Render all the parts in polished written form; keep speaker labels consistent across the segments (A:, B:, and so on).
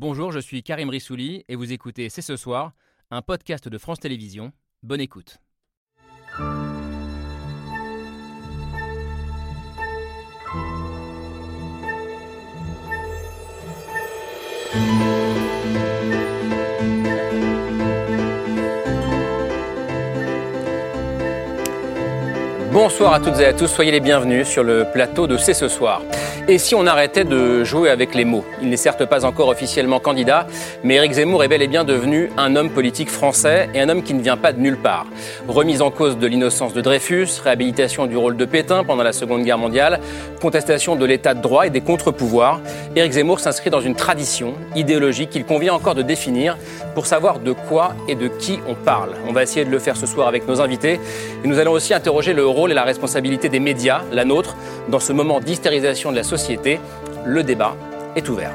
A: Bonjour, je suis Karim Rissouli et vous écoutez C'est ce soir, un podcast de France Télévisions. Bonne écoute. Bonsoir à toutes et à tous, soyez les bienvenus sur le plateau de C'est ce soir. Et si on arrêtait de jouer avec les mots ? Il n'est certes pas encore officiellement candidat, mais Éric Zemmour est bel et bien devenu un homme politique français et un homme qui ne vient pas de nulle part. Remise en cause de l'innocence de Dreyfus, réhabilitation du rôle de Pétain pendant la Seconde Guerre mondiale, contestation de l'état de droit et des contre-pouvoirs, Éric Zemmour s'inscrit dans une tradition idéologique qu'il convient encore de définir pour savoir de quoi et de qui on parle. On va essayer de le faire ce soir avec nos invités et nous allons aussi interroger le rôle et la responsabilité des médias, la nôtre, dans ce moment d'hystérisation de la société. Le débat est ouvert.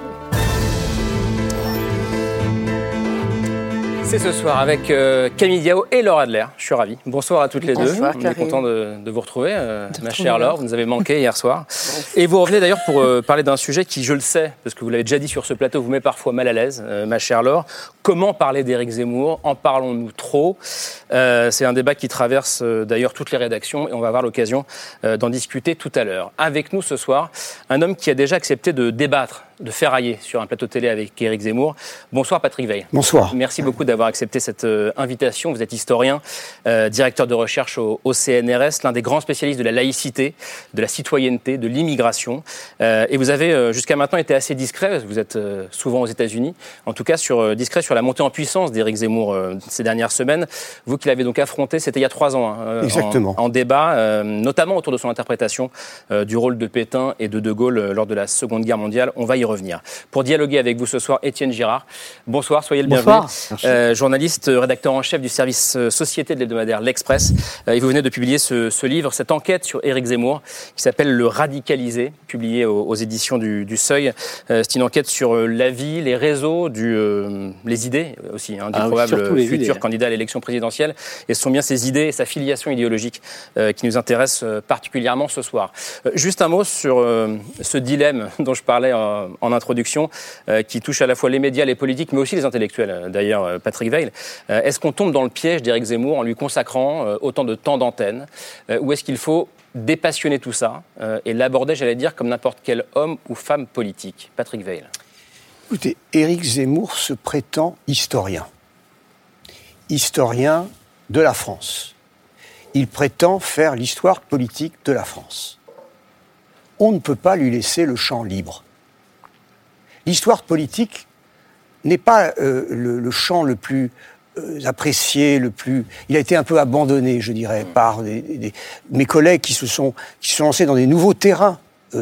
A: C'est ce soir avec Camille Diao et Laure Adler. Je suis ravi. Bonsoir à toutes les deux. On est content de vous retrouver, ma chère Laure. Vous nous avez manqué hier soir. Et vous revenez d'ailleurs pour parler d'un sujet qui, je le sais, parce que vous l'avez déjà dit sur ce plateau, vous met parfois mal à l'aise, ma chère Laure. Comment parler d'Éric Zemmour ? En parlons-nous trop ? C'est un débat qui traverse d'ailleurs toutes les rédactions et on va avoir l'occasion d'en discuter tout à l'heure. Avec nous ce soir, un homme qui a déjà accepté de débattre, de ferrailler sur un plateau télé avec Éric Zemmour. Bonsoir Patrick Weil.
B: Bonsoir.
A: Merci beaucoup d'avoir accepté cette invitation. Vous êtes historien, directeur de recherche au CNRS, l'un des grands spécialistes de la laïcité, de la citoyenneté, de l'immigration. Et vous avez jusqu'à maintenant été assez discret, vous êtes souvent aux États-Unis, en tout cas discret sur la montée en puissance d'Éric Zemmour ces dernières semaines. Vous qui l'avez donc affronté, c'était il y a 3 ans, en débat, notamment autour de son interprétation du rôle de Pétain et de Gaulle lors de la Seconde Guerre mondiale. On va y revenir. Pour dialoguer avec vous ce soir, Étienne Girard. Bonsoir, soyez le bienvenu. Journaliste, rédacteur en chef du service société de l'hebdomadaire L'Express. Et vous venez de publier ce livre, cette enquête sur Éric Zemmour, qui s'appelle Le Radicalisé, publié aux éditions du Seuil. C'est une enquête sur la vie, les réseaux, les idées aussi, du probable futur candidat à l'élection présidentielle. Et ce sont bien ces idées et sa filiation idéologique qui nous intéressent particulièrement ce soir. Juste un mot sur ce dilemme dont je parlais en introduction, qui touche à la fois les médias, les politiques, mais aussi les intellectuels, d'ailleurs, Patrick Weil. Est-ce qu'on tombe dans le piège d'Éric Zemmour en lui consacrant autant de temps d'antenne, ou est-ce qu'il faut dépassionner tout ça et l'aborder, j'allais dire, comme n'importe quel homme ou femme politique ? Patrick Weil.
B: Écoutez, Éric Zemmour se prétend historien. Historien de la France. Il prétend faire l'histoire politique de la France. On ne peut pas lui laisser le champ libre. L'histoire politique n'est pas le champ le plus apprécié, il a été un peu abandonné, je dirais, par mes collègues qui se sont lancés dans des nouveaux terrains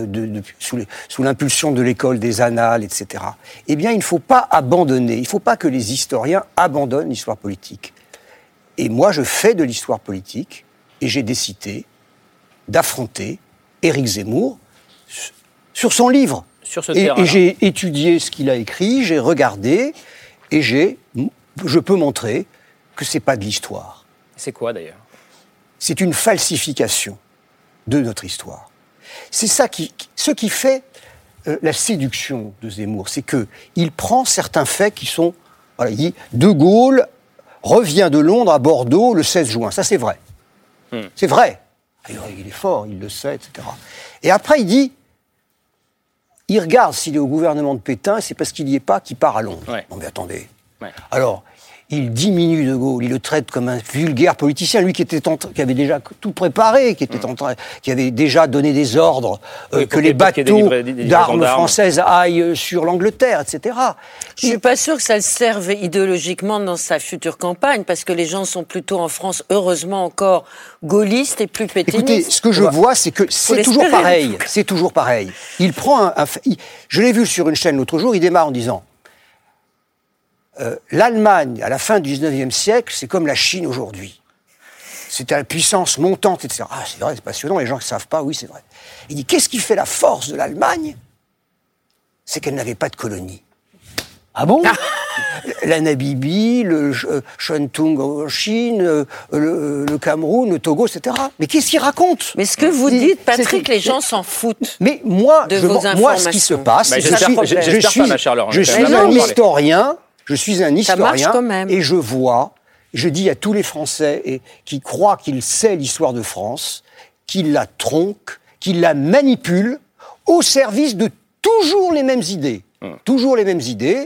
B: sous l'impulsion de l'école des annales, etc. Eh bien, il ne faut pas abandonner, il ne faut pas que les historiens abandonnent l'histoire politique. Et moi, je fais de l'histoire politique et j'ai décidé d'affronter Éric Zemmour sur son livre.
A: Sur ce terrain.
B: Et j'ai étudié ce qu'il a écrit, j'ai regardé, et je peux montrer que c'est pas de l'histoire.
A: C'est quoi d'ailleurs ?
B: C'est une falsification de notre histoire. C'est ça ce qui fait la séduction de Zemmour, c'est qu'il prend certains faits qui sont... Voilà, il dit « De Gaulle revient de Londres à Bordeaux le 16 juin ». Ça, c'est vrai. C'est vrai. Il est fort, il le sait, etc. Et après, il regarde s'il est au gouvernement de Pétain, et c'est parce qu'il n'y est pas qu'il part à Londres.
A: Ouais.
B: Non mais attendez.
A: Ouais.
B: Alors, il diminue De Gaulle, il le traite comme un vulgaire politicien, lui qui avait déjà tout préparé, qui avait déjà donné des ordres que les bateaux d'armes françaises aillent sur l'Angleterre, etc.
C: Je ne suis pas sûr que ça le serve idéologiquement dans sa future campagne, parce que les gens sont plutôt en France, heureusement encore, gaullistes et plus pétainistes.
B: Écoutez, ce que je vois, c'est que c'est toujours pareil. C'est toujours pareil. Il prend je l'ai vu sur une chaîne l'autre jour, il démarre en disant l'Allemagne, à la fin du 19e siècle, c'est comme la Chine aujourd'hui. C'était la puissance montante, etc. Ah, c'est vrai, c'est passionnant, les gens ne savent pas, oui, c'est vrai. Il dit, qu'est-ce qui fait la force de l'Allemagne ? C'est qu'elle n'avait pas de colonie. Ah bon ? Namibie, le Shantung en Chine, le Cameroun, le Togo, etc. Mais qu'est-ce qu'il raconte?
C: Mais ce que vous dites, Patrick, les gens s'en foutent.
B: Mais moi, ce qui se passe, je suis un historien et je vois, je dis à tous les Français qui croient qu'ils savent l'histoire de France, qu'ils la tronquent, qu'ils la manipulent au service de toujours les mêmes idées. Toujours les mêmes idées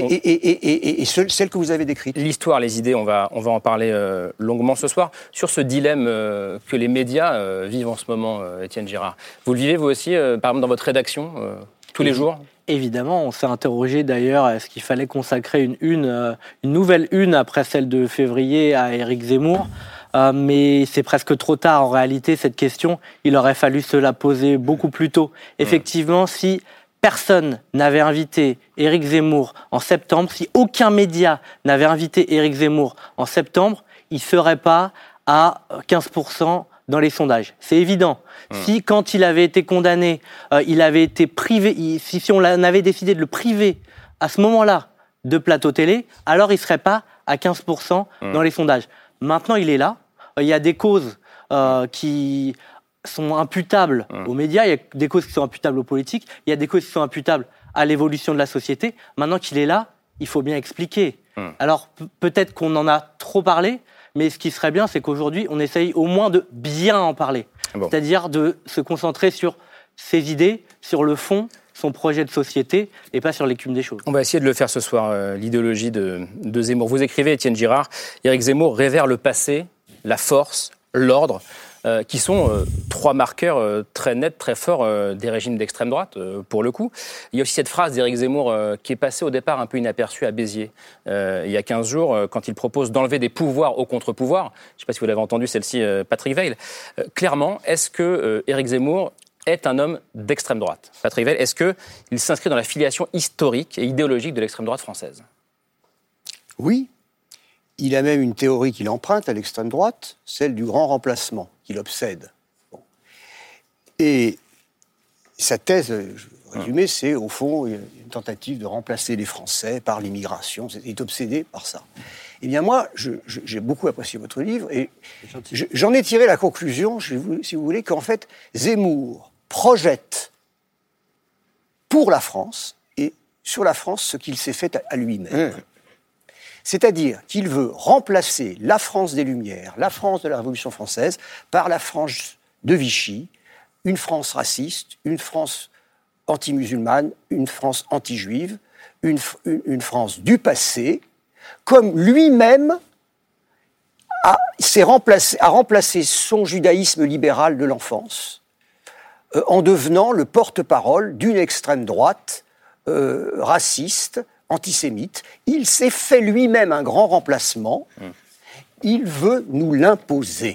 B: et celles que vous avez décrites.
A: L'histoire, les idées, on va en parler longuement ce soir. Sur ce dilemme que les médias vivent en ce moment, Étienne Girard. Vous le vivez vous aussi, par exemple dans votre rédaction, tous les jours?
D: Évidemment, on s'est interrogé d'ailleurs, est-ce qu'il fallait consacrer une nouvelle une après celle de février à Éric Zemmour? Mais c'est presque trop tard en réalité, cette question. Il aurait fallu se la poser beaucoup plus tôt. Effectivement, si personne n'avait invité Éric Zemmour en septembre, si aucun média n'avait invité Éric Zemmour en septembre, il ne serait pas à 15% dans les sondages. C'est évident. Si, quand il avait été condamné, il avait été privé, si on avait décidé de le priver à ce moment-là de plateau télé, alors il ne serait pas à 15% dans les sondages. Maintenant, il est là. Il y a des causes qui sont imputables aux médias, il y a des causes qui sont imputables aux politiques, il y a des causes qui sont imputables à l'évolution de la société. Maintenant qu'il est là, il faut bien expliquer. Alors, peut-être qu'on en a trop parlé, mais ce qui serait bien, c'est qu'aujourd'hui, on essaye au moins de bien en parler. C'est-à-dire de se concentrer sur ses idées, sur le fond, son projet de société, et pas sur l'écume des choses. On
A: va essayer de le faire ce soir, l'idéologie de Zemmour. Vous écrivez, Étienne Girard, Éric Zemmour révère le passé, la force, l'ordre, qui sont trois marqueurs très nets, très forts des régimes d'extrême droite, pour le coup. Il y a aussi cette phrase d'Éric Zemmour qui est passée au départ un peu inaperçue à Béziers, il y a 15 jours, quand il propose d'enlever des pouvoirs au contre-pouvoir. Je ne sais pas si vous l'avez entendu, celle-ci, Patrick Weil. Clairement, est-ce que Éric Zemmour est un homme d'extrême droite? Patrick Weil, est-ce qu'il s'inscrit dans la filiation historique et idéologique de l'extrême droite française?
B: Oui. Il a même une théorie qu'il emprunte à l'extrême droite, celle du grand remplacement, qui l'obsède. Et sa thèse, je vais résumer, c'est au fond une tentative de remplacer les Français par l'immigration. Il est obsédé par ça. Eh bien moi, j'ai beaucoup apprécié votre livre et j'en ai tiré la conclusion, si vous voulez, qu'en fait, Zemmour projette pour la France et sur la France ce qu'il s'est fait à lui-même. C'est-à-dire qu'il veut remplacer la France des Lumières, la France de la Révolution française, par la France de Vichy, une France raciste, une France anti-musulmane, une France anti-juive, une France du passé, comme lui-même a remplacé son judaïsme libéral de l'enfance en devenant le porte-parole d'une extrême droite raciste, antisémite. Il s'est fait lui-même un grand remplacement. Il veut nous l'imposer.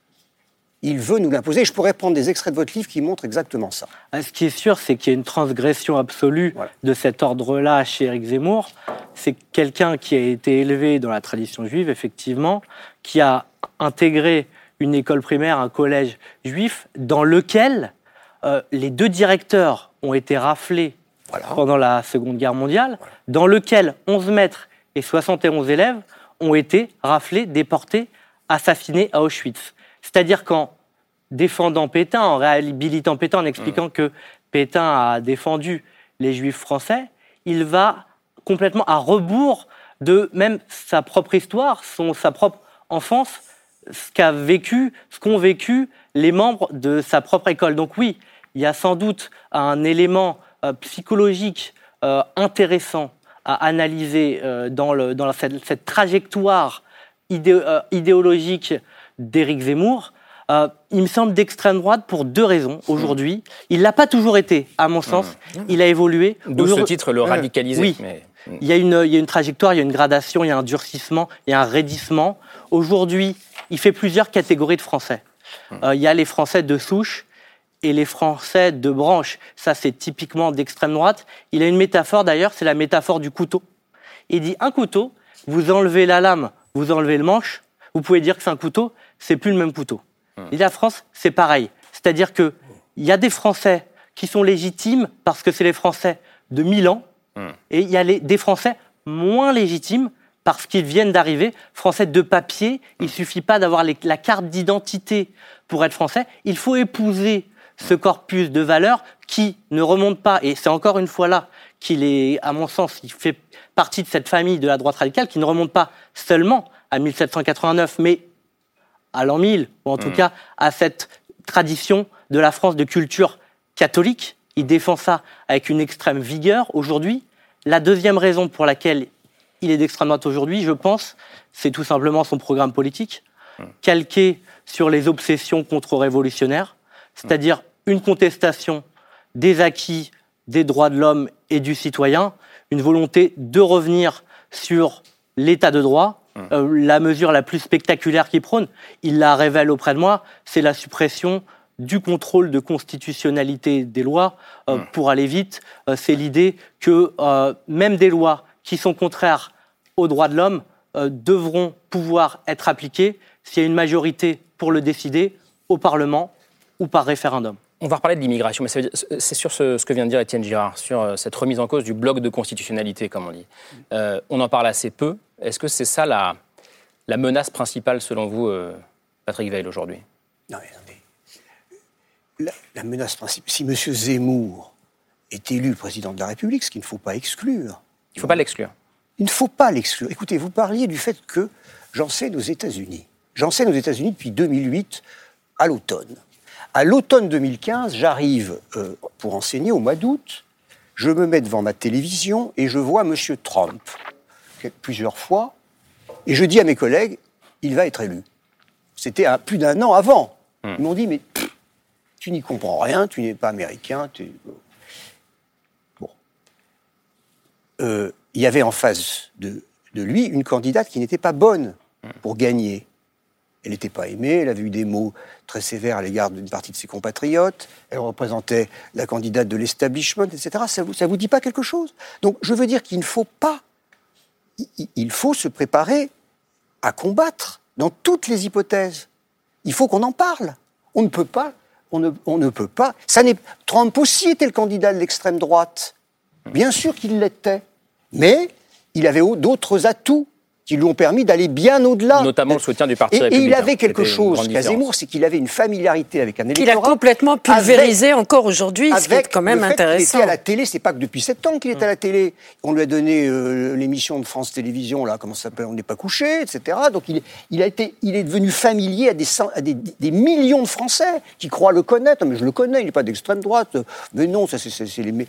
B: Je pourrais prendre des extraits de votre livre qui montrent exactement ça.
D: Ce qui est sûr, c'est qu'il y a une transgression absolue de cet ordre-là chez Éric Zemmour. C'est quelqu'un qui a été élevé dans la tradition juive, effectivement, qui a intégré une école primaire, un collège juif, dans lequel les deux directeurs ont été raflés pendant la Seconde Guerre mondiale, dans lequel 11 maîtres et 71 élèves ont été raflés, déportés, assassinés à Auschwitz. C'est-à-dire qu'en défendant Pétain, en réhabilitant Pétain, en expliquant que Pétain a défendu les Juifs français, il va complètement à rebours de même sa propre histoire, sa propre enfance, ce qu'ont vécu les membres de sa propre école. Donc oui, il y a sans doute un élément psychologique intéressant à analyser dans cette trajectoire idéologique d'Éric Zemmour. Il me semble d'extrême droite pour deux raisons aujourd'hui. Il ne l'a pas toujours été, à mon sens. Il a évolué.
A: D'où ce titre, le radicaliser.
D: Oui. Il y a une trajectoire, il y a une gradation, il y a un durcissement, il y a un raidissement. Aujourd'hui, il fait plusieurs catégories de Français. Il y a les Français de souche et les Français de branche. Ça, c'est typiquement d'extrême droite. Il a une métaphore, d'ailleurs, c'est la métaphore du couteau. Il dit, un couteau, vous enlevez la lame, vous enlevez le manche, vous pouvez dire que c'est un couteau, c'est plus le même couteau. Et la France, c'est pareil. C'est-à-dire qu'il y a des Français qui sont légitimes parce que c'est les Français de 1000 ans, et il y a des Français moins légitimes parce qu'ils viennent d'arriver, français de papier. Il ne suffit pas d'avoir la carte d'identité pour être français. Il faut épouser ce corpus de valeurs qui ne remonte pas, et c'est encore une fois là qu'il est, à mon sens, il fait partie de cette famille de la droite radicale qui ne remonte pas seulement à 1789, mais à l'an 1000, ou en tout cas à cette tradition de la France de culture catholique. Il défend ça avec une extrême vigueur aujourd'hui. La deuxième raison pour laquelle il est d'extrême droite aujourd'hui, je pense, c'est tout simplement son programme politique, calqué sur les obsessions contre-révolutionnaires, c'est-à-dire une contestation des acquis des droits de l'homme et du citoyen, une volonté de revenir sur l'état de droit. La mesure la plus spectaculaire qu'il prône, il la révèle auprès de moi, c'est la suppression du contrôle de constitutionnalité des lois. Pour aller vite, c'est l'idée que même des lois qui sont contraires aux droits de l'homme devront pouvoir être appliquées s'il y a une majorité pour le décider au Parlement ou par référendum.
A: On va reparler de l'immigration, mais c'est sur ce que vient de dire Étienne Girard, sur cette remise en cause du bloc de constitutionnalité, comme on dit. On en parle assez peu. Est-ce que c'est ça la menace principale, selon vous, Patrick Weil, aujourd'hui ?
B: Non, mais la menace principale, si M. Zemmour est élu président de la République, ce qu'il ne faut pas exclure.
A: Il ne faut pas l'exclure.
B: Il ne faut pas l'exclure. Écoutez, vous parliez du fait que j'enseigne aux États-Unis. J'enseigne aux États-Unis depuis 2008, à l'automne. À l'automne 2015, j'arrive pour enseigner au mois d'août. Je me mets devant ma télévision et je vois M. Trump plusieurs fois. Et je dis à mes collègues, il va être élu. C'était plus d'1 an avant. Ils m'ont dit, mais tu n'y comprends rien, tu n'es pas américain. Bon. Il y avait en face de lui une candidate qui n'était pas bonne pour gagner. Elle n'était pas aimée, elle avait eu des mots très sévères à l'égard d'une partie de ses compatriotes, elle représentait la candidate de l'establishment, etc. Ça vous dit pas quelque chose ? Donc je veux dire qu'il ne faut pas... Il faut se préparer à combattre dans toutes les hypothèses. Il faut qu'on en parle. On ne peut pas... On ne peut pas... Trump aussi était le candidat de l'extrême droite. Bien sûr qu'il l'était. Mais il avait d'autres atouts qui lui ont permis d'aller bien au-delà.
A: Notamment le soutien du Parti républicain.
B: Et il avait quelque chose qu'à Zemmour, c'est qu'il avait une familiarité avec un électorat.
C: Qu'il a complètement pulvérisé encore aujourd'hui, ce qui est quand même intéressant.
B: Il était à la télé, c'est pas que depuis 7 ans qu'il est à la télé. On lui a donné l'émission de France Télévisions, là, comment ça s'appelle, On n'est pas couché, etc. Donc il est devenu familier à des millions de Français qui croient le connaître. Mais je le connais, il n'est pas d'extrême droite. Mais non, ça c'est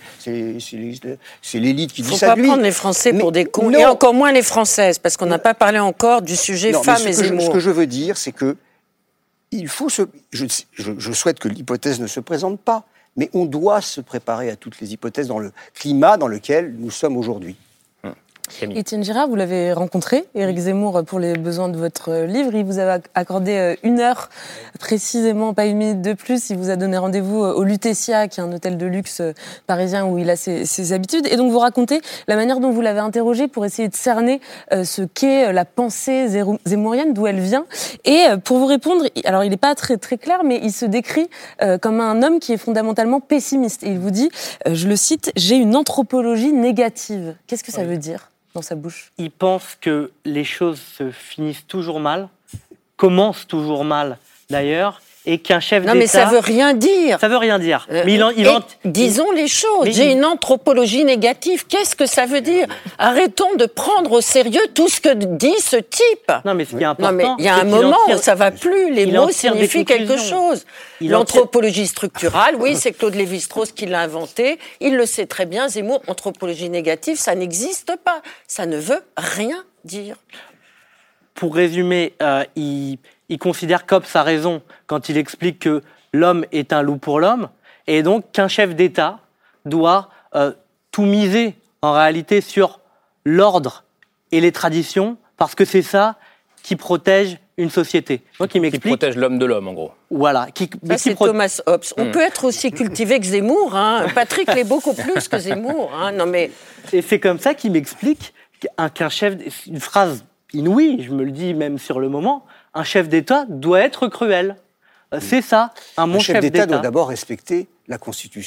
B: l'élite qui dit ça de lui.
C: Il ne faut pas prendre les Français pour des cons, et encore moins les Françaises, parce qu'on n'a pas parlé encore du sujet femmes et Zemmour.
B: Ce que je veux dire, c'est que il faut je souhaite que l'hypothèse ne se présente pas, mais on doit se préparer à toutes les hypothèses dans le climat dans lequel nous sommes aujourd'hui.
E: Étienne Girard, vous l'avez rencontré, Éric Zemmour, pour les besoins de votre livre. Il vous a accordé 1 heure, précisément, pas 1 minute de plus. Il vous a donné rendez-vous au Lutetia, qui est un hôtel de luxe parisien où il a ses habitudes. Et donc vous racontez la manière dont vous l'avez interrogé pour essayer de cerner ce qu'est la pensée zemmourienne, d'où elle vient. Et pour vous répondre, alors il n'est pas très, très clair, mais il se décrit comme un homme qui est fondamentalement pessimiste. Et il vous dit, je le cite, « J'ai une anthropologie négative ». Qu'est-ce que ça veut dire dans sa bouche?
D: Il pense que les choses se finissent toujours mal, commencent toujours mal d'ailleurs, et qu'un chef d'État...
C: Non mais ça veut rien dire.
D: Ça veut rien dire.
C: Mais disons les choses. J'ai une anthropologie négative. Qu'est-ce que ça veut dire? Arrêtons de prendre au sérieux tout ce que dit ce type.
D: Non mais ce qui est important...
C: Non mais il y a un moment où ça va plus. Les mots signifient quelque chose. L'anthropologie structurale, oui, c'est Claude Lévi-Strauss qui l'a inventé. Il le sait très bien. Zemmour, anthropologie négative, ça n'existe pas. Ça ne veut rien dire.
D: Pour résumer, il considère Hobbes a raison quand il explique que l'homme est un loup pour l'homme, et donc qu'un chef d'État doit tout miser en réalité sur l'ordre et les traditions, parce que c'est ça qui protège une société. Donc il m'explique...
A: Qui protège l'homme de l'homme, en gros.
D: Voilà.
C: C'est Thomas Hobbes. On peut être aussi cultivé que Zemmour. Hein. Patrick l'est beaucoup plus que Zemmour. Hein. Non, mais...
D: Et c'est comme ça qu'il m'explique qu'un chef... Une phrase inouïe, je me le dis même sur le moment, un chef d'État doit être cruel. C'est ça, un bon chef d'État.
B: Doit d'abord respecter la Constitution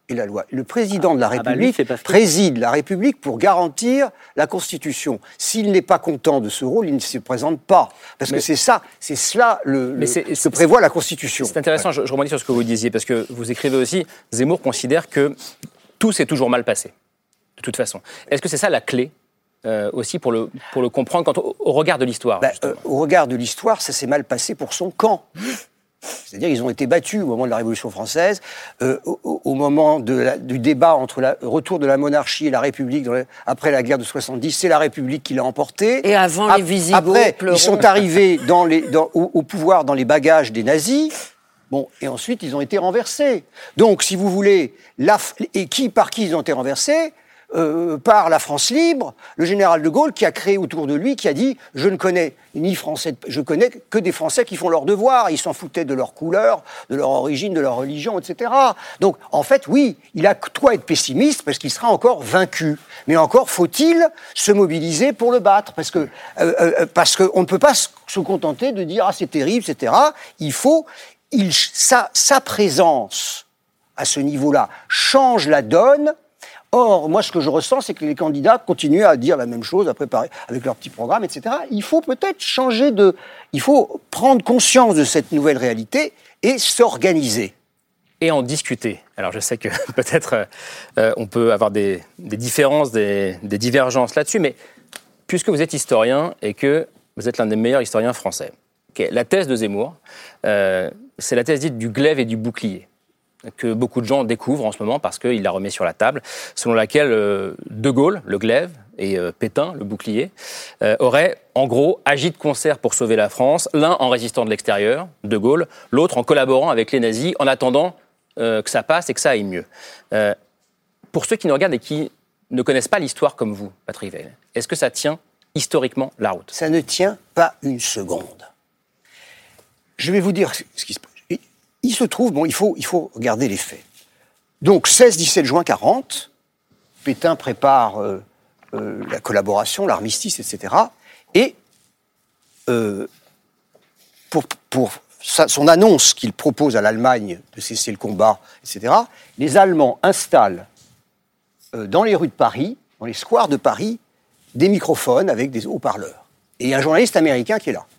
B: et la loi. Le président de la République préside la République pour garantir la Constitution. S'il n'est pas content de ce rôle, il ne se présente pas. Parce que c'est cela ce que prévoit la Constitution.
A: C'est intéressant, je rebondis sur ce que vous disiez, parce que vous écrivez aussi, Zemmour considère que tout s'est toujours mal passé, de toute façon. Est-ce que c'est ça la clé aussi pour le comprendre au regard de l'histoire
B: au regard de l'histoire, ça s'est mal passé pour son camp. C'est-à-dire qu'ils ont été battus au moment de la Révolution française, au moment du débat entre le retour de la monarchie et la République après la guerre de 70, c'est la République qui l'a emporté.
C: Et avant les Visigoths,
B: après, ils sont arrivés au pouvoir dans les bagages des nazis. Bon, et ensuite ils ont été renversés. Donc, si vous voulez, par qui ils ont été renversés ? Par la France libre, le général de Gaulle qui a créé autour de lui, qui a dit « je ne connais ni Français, je connais que des Français qui font leur devoir ». Ils s'en foutaient de leur couleur, de leur origine, de leur religion, etc. Donc, en fait, oui, il a quoi être pessimiste parce qu'il sera encore vaincu. Mais encore faut-il se mobiliser pour le battre parce qu'on ne peut pas se contenter de dire « ah, c'est terrible, etc. » Sa présence à ce niveau-là change la donne. Or, moi, ce que je ressens, c'est que les candidats continuent à dire la même chose, à préparer avec leur petit programme, etc. Il faut peut-être il faut prendre conscience de cette nouvelle réalité et s'organiser.
A: Et en discuter. Alors, je sais que peut-être on peut avoir des différences, des divergences là-dessus, mais puisque vous êtes historien et que vous êtes l'un des meilleurs historiens français, la thèse de Zemmour, c'est la thèse dite du glaive et du bouclier, que beaucoup de gens découvrent en ce moment parce qu'il la remet sur la table, selon laquelle De Gaulle, le glaive, et Pétain, le bouclier, auraient en gros agi de concert pour sauver la France, l'un en résistant de l'extérieur, De Gaulle, l'autre en collaborant avec les nazis, en attendant que ça passe et que ça aille mieux. Pour ceux qui nous regardent et qui ne connaissent pas l'histoire comme vous, Patrick Weil, est-ce que ça tient historiquement la route ?
B: Ça ne tient pas une seconde. Je vais vous dire ce qui se passe. Il se trouve, il faut regarder les faits. Donc, 16-17 juin 40, Pétain prépare la collaboration, l'armistice, etc. Et pour son annonce qu'il propose à l'Allemagne de cesser le combat, etc., les Allemands installent dans les rues de Paris, dans les squares de Paris, des microphones avec des haut-parleurs. Et il y a un journaliste américain qui est là.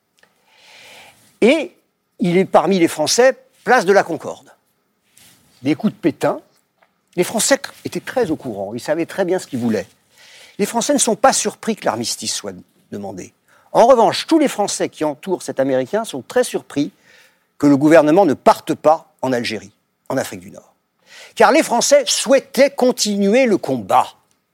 B: Et il est parmi les Français, place de la Concorde. Il écoute Pétain. Les Français étaient très au courant, ils savaient très bien ce qu'ils voulaient. Les Français ne sont pas surpris que l'armistice soit demandé. En revanche, tous les Français qui entourent cet Américain sont très surpris que le gouvernement ne parte pas en Algérie, en Afrique du Nord. Car les Français souhaitaient continuer le combat.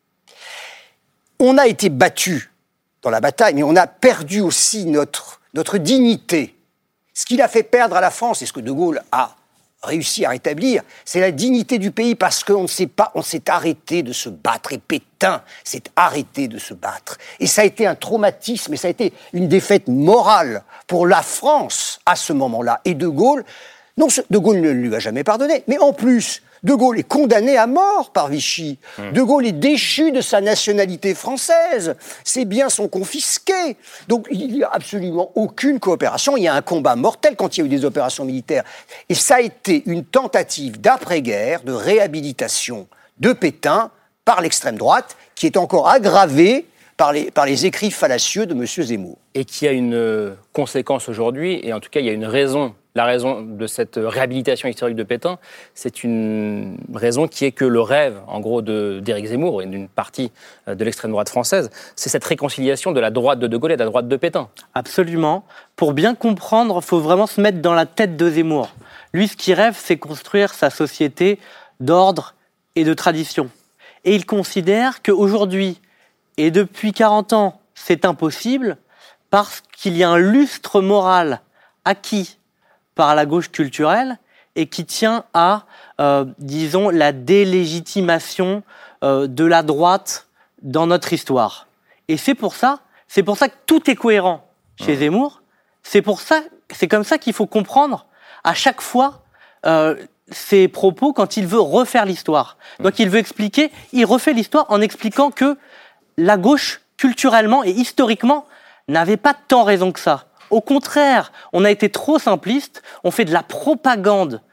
B: On a été battus dans la bataille, mais on a perdu aussi notre dignité. Ce qu'il a fait perdre à la France, et ce que De Gaulle a réussi à rétablir, c'est la dignité du pays parce qu'on s'est arrêté de se battre. Et Pétain s'est arrêté de se battre. Et ça a été un traumatisme, et ça a été une défaite morale pour la France à ce moment-là. Et De Gaulle, De Gaulle ne lui a jamais pardonné, mais en plus, De Gaulle est condamné à mort par Vichy. De Gaulle est déchu de sa nationalité française. Ses biens sont confisqués. Donc il n'y a absolument aucune coopération. Il y a un combat mortel quand il y a eu des opérations militaires. Et ça a été une tentative d'après-guerre, de réhabilitation de Pétain par l'extrême droite, qui est encore aggravée par les écrits fallacieux de M. Zemmour.
A: Et qui a une conséquence aujourd'hui, et en tout cas il y a une raison. La raison de cette réhabilitation historique de Pétain, c'est une raison qui est que le rêve, en gros, d'Éric Zemmour et d'une partie de l'extrême droite française, c'est cette réconciliation de la droite de Gaulle et de la droite de Pétain.
D: Absolument. Pour bien comprendre, il faut vraiment se mettre dans la tête de Zemmour. Lui, ce qu'il rêve, c'est construire sa société d'ordre et de tradition. Et il considère qu'aujourd'hui, et depuis 40 ans, c'est impossible parce qu'il y a un lustre moral acquis par la gauche culturelle et qui tient à, disons, la délégitimation de la droite dans notre histoire. Et c'est pour ça que tout est cohérent chez Zemmour. C'est comme ça qu'il faut comprendre à chaque fois ses propos quand il veut refaire l'histoire. Donc il veut expliquer, il refait l'histoire en expliquant que la gauche, culturellement et historiquement, n'avait pas tant raison que ça. Au contraire, on a été trop simpliste, on fait de la propagande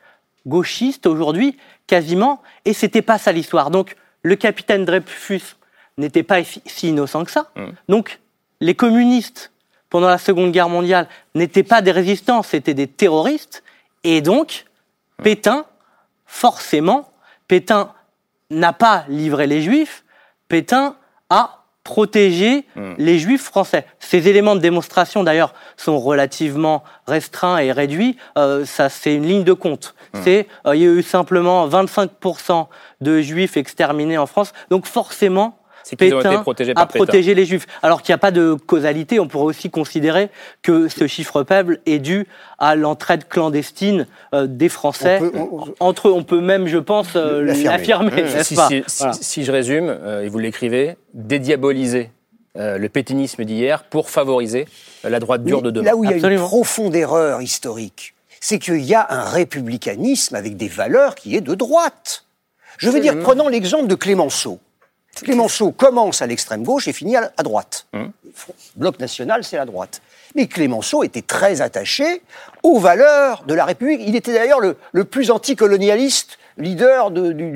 D: gauchistes aujourd'hui, quasiment, et c'était pas ça l'histoire. Donc, le capitaine Dreyfus n'était pas si innocent que ça. Donc, les communistes, pendant la Seconde Guerre mondiale, n'étaient pas des résistants, c'était des terroristes. Et donc, Pétain, forcément, Pétain n'a pas livré les Juifs, Pétain a protégé les Juifs français. Ces éléments de démonstration, d'ailleurs, sont relativement restreints et réduits. Ça, c'est une ligne de compte. Il y a eu simplement 25% de Juifs exterminés en France. Donc, forcément, Pétain a protégé les Juifs. Alors qu'il n'y a pas de causalité, on pourrait aussi considérer que ce chiffre faible est dû à l'entraide clandestine des Français. Entre eux, on peut même, je pense, l'affirmer. N'est-ce pas ?
A: Si je résume, et vous l'écrivez, dédiaboliser le pétainisme d'hier pour favoriser la droite dure de demain.
B: Là où il y a une profonde erreur historique, c'est qu'il y a un républicanisme avec des valeurs qui est de droite. Je veux dire, prenons l'exemple de Clémenceau. Clémenceau commence à l'extrême gauche et finit à droite. Bloc national, c'est la droite. Mais Clémenceau était très attaché aux valeurs de la République. Il était d'ailleurs le plus anticolonialiste leader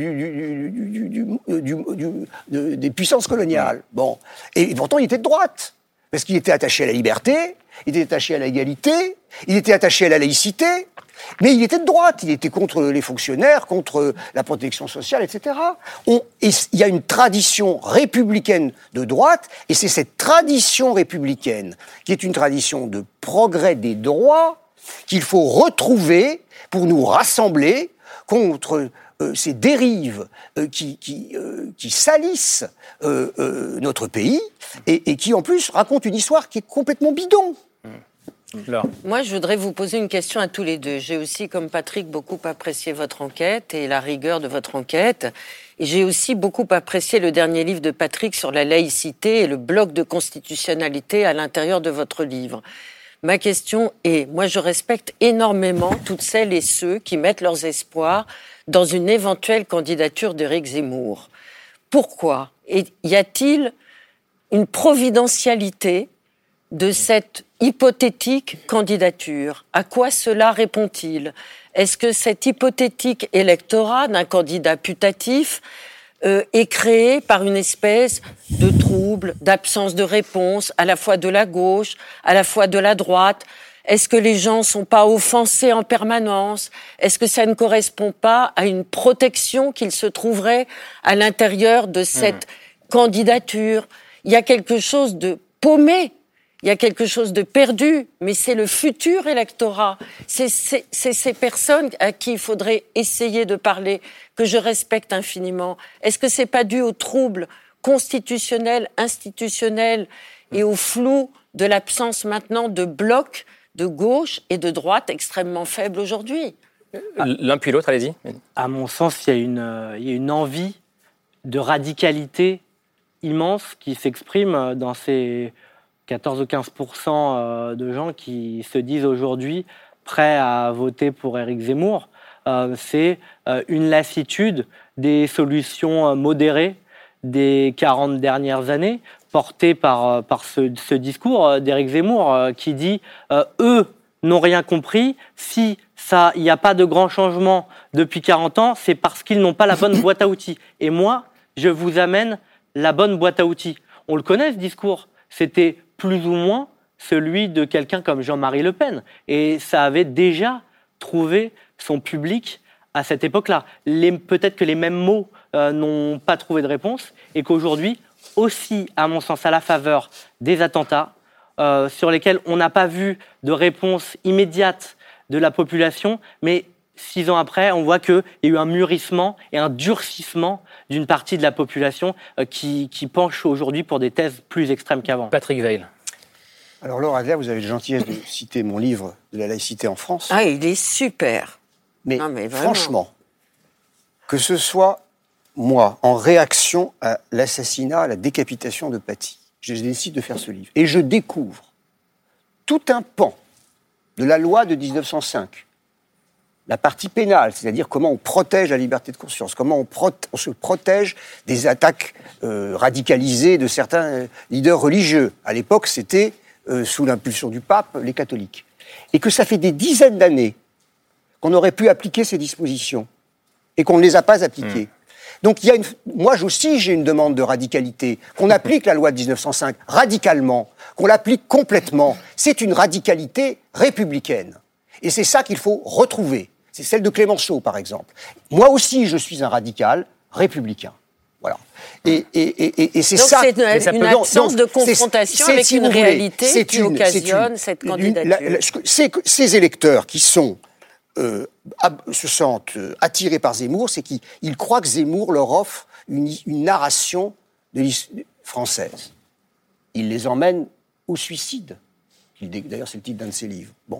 B: des puissances coloniales. Bon. Et pourtant, il était de droite. Parce qu'il était attaché à la liberté, il était attaché à l'égalité, il était attaché à la laïcité. Mais il était de droite, il était contre les fonctionnaires, contre la protection sociale, etc. Il y a une tradition républicaine de droite, et c'est cette tradition républicaine, qui est une tradition de progrès des droits, qu'il faut retrouver pour nous rassembler contre ces dérives qui salissent notre pays, et qui en plus racontent une histoire qui est complètement bidon.
C: Moi, je voudrais vous poser une question à tous les deux. J'ai aussi, comme Patrick, beaucoup apprécié votre enquête et la rigueur de votre enquête. Et j'ai aussi beaucoup apprécié le dernier livre de Patrick sur la laïcité et le bloc de constitutionnalité à l'intérieur de votre livre. Ma question est, moi, je respecte énormément toutes celles et ceux qui mettent leurs espoirs dans une éventuelle candidature d'Éric Zemmour. Pourquoi ? Et y a-t-il une providentialité de cette hypothétique candidature? À quoi cela répond-il? Est-ce que cet hypothétique électorat d'un candidat putatif est créé par une espèce de trouble, d'absence de réponse, à la fois de la gauche, à la fois de la droite? Est-ce que les gens ne sont pas offensés en permanence? Est-ce que ça ne correspond pas à une protection qu'il se trouverait à l'intérieur de cette candidature? Il y a quelque chose de paumé. Il y a quelque chose de perdu, mais c'est le futur électorat. C'est ces personnes à qui il faudrait essayer de parler, que je respecte infiniment. Est-ce que c'est pas dû au trouble constitutionnel, institutionnel et au flou de l'absence maintenant de blocs de gauche et de droite extrêmement faibles aujourd'hui?
A: L'un puis l'autre, allez-y.
D: À mon sens, il y a une envie de radicalité immense qui s'exprime dans ces 14 ou 15% de gens qui se disent aujourd'hui prêts à voter pour Éric Zemmour. C'est une lassitude des solutions modérées des 40 dernières années, portées par ce discours d'Éric Zemmour qui dit eux n'ont rien compris, si il n'y a pas de grand changement depuis 40 ans, c'est parce qu'ils n'ont pas la bonne boîte à outils. Et moi, je vous amène la bonne boîte à outils. On le connaît, ce discours. C'était plus ou moins celui de quelqu'un comme Jean-Marie Le Pen. Et ça avait déjà trouvé son public à cette époque-là. Peut-être que les mêmes mots n'ont pas trouvé de réponse et qu'aujourd'hui, aussi, à mon sens, à la faveur des attentats, sur lesquels on n'a pas vu de réponse immédiate de la population, mais 6 ans après, on voit qu'il y a eu un mûrissement et un durcissement d'une partie de la population qui penche aujourd'hui pour des thèses plus extrêmes qu'avant.
A: Patrick Weil.
B: Alors Laure Adler, vous avez la gentillesse de citer mon livre de la laïcité en France.
C: Ah, il est super.
B: Mais franchement, que ce soit moi, en réaction à l'assassinat, à la décapitation de Paty, je décide de faire ce livre. Et je découvre tout un pan de la loi de 1905, la partie pénale, c'est-à-dire comment on protège la liberté de conscience, comment on se protège des attaques radicalisées de certains leaders religieux. À l'époque, c'était, sous l'impulsion du pape, les catholiques. Et que ça fait des dizaines d'années qu'on aurait pu appliquer ces dispositions et qu'on ne les a pas appliquées. Donc moi aussi j'ai une demande de radicalité, qu'on applique la loi de 1905 radicalement, qu'on l'applique complètement. C'est une radicalité républicaine. Et c'est ça qu'il faut retrouver. C'est celle de Clémenceau, par exemple. Moi aussi je suis un radical républicain. Voilà. Et c'est
C: donc
B: ça.
C: Donc c'est une absence de confrontation avec une réalité qui occasionne cette candidature.
B: Ces électeurs qui se sentent attirés par Zemmour, c'est qu'ils croient que Zemmour leur offre une narration française. Il les emmène au suicide. D'ailleurs, c'est le titre d'un de ses livres. Bon.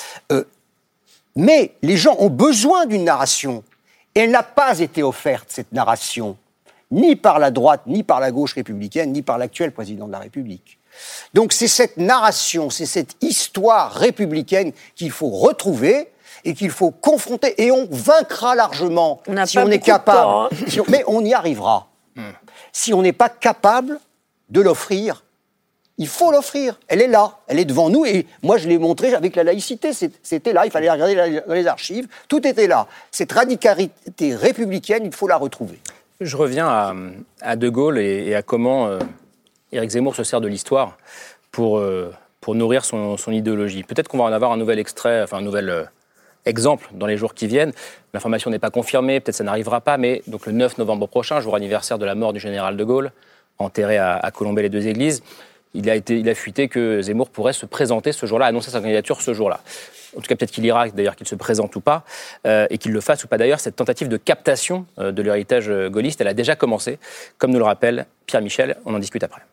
B: Mais les gens ont besoin d'une narration. Et elle n'a pas été offerte, cette narration, ni par la droite, ni par la gauche républicaine, ni par l'actuel président de la République. Donc c'est cette narration, c'est cette histoire républicaine qu'il faut retrouver et qu'il faut confronter. Et on vaincra largement si on est capable. Mais on y arrivera. Si on n'est pas capable de l'offrir, il faut l'offrir. Elle est là, elle est devant nous. Et moi, je l'ai montré avec la laïcité. C'était là, il fallait regarder dans les archives. Tout était là. Cette radicalité républicaine, il faut la retrouver.
A: Je reviens à De Gaulle et à comment Éric Zemmour se sert de l'histoire pour nourrir son idéologie. Peut-être qu'on va en avoir un nouvel extrait, enfin un nouvel exemple dans les jours qui viennent. L'information n'est pas confirmée, peut-être ça n'arrivera pas, mais donc le 9 novembre prochain, jour anniversaire de la mort du général de Gaulle, enterré à Colombey-les-Deux-Églises, il a fuité que Zemmour pourrait se présenter ce jour-là, annoncer sa candidature ce jour-là. En tout cas, peut-être qu'il ira, d'ailleurs, qu'il se présente ou pas, et qu'il le fasse ou pas. D'ailleurs, cette tentative de captation de l'héritage gaulliste, elle a déjà commencé, comme nous le rappelle Pierre Michel. On en discute après.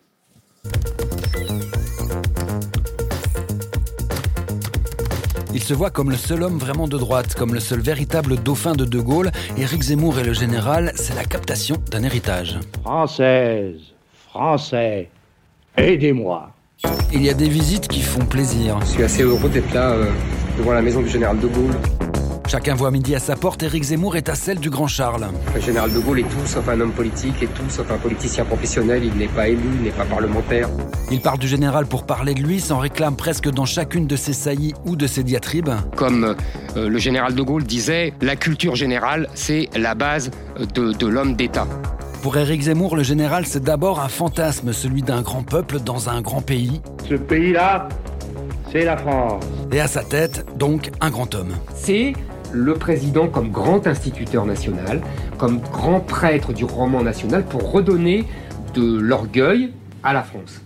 F: Il se voit comme le seul homme vraiment de droite, comme le seul véritable dauphin de De Gaulle. Éric Zemmour et le général, c'est la captation d'un héritage.
G: Française, Français, aidez-moi.
F: Il y a des visites qui font plaisir.
H: Je suis assez heureux d'être là, devant la maison du général de Gaulle.
F: Chacun voit midi à sa porte, Éric Zemmour est à celle du grand Charles.
H: Le général de Gaulle est tout sauf un homme politique, est tout sauf un politicien professionnel, il n'est pas élu, il n'est pas parlementaire.
F: Il parle du général pour parler de lui, s'en réclame presque dans chacune de ses saillies ou de ses diatribes.
H: Comme le général de Gaulle disait, la culture générale, c'est la base de l'homme d'État.
F: Pour Éric Zemmour, le général, c'est d'abord un fantasme, celui d'un grand peuple dans un grand pays.
G: Ce pays-là, c'est la France.
F: Et à sa tête, donc, un grand homme.
H: C'est le président comme grand instituteur national, comme grand prêtre du roman national pour redonner de l'orgueil à la France.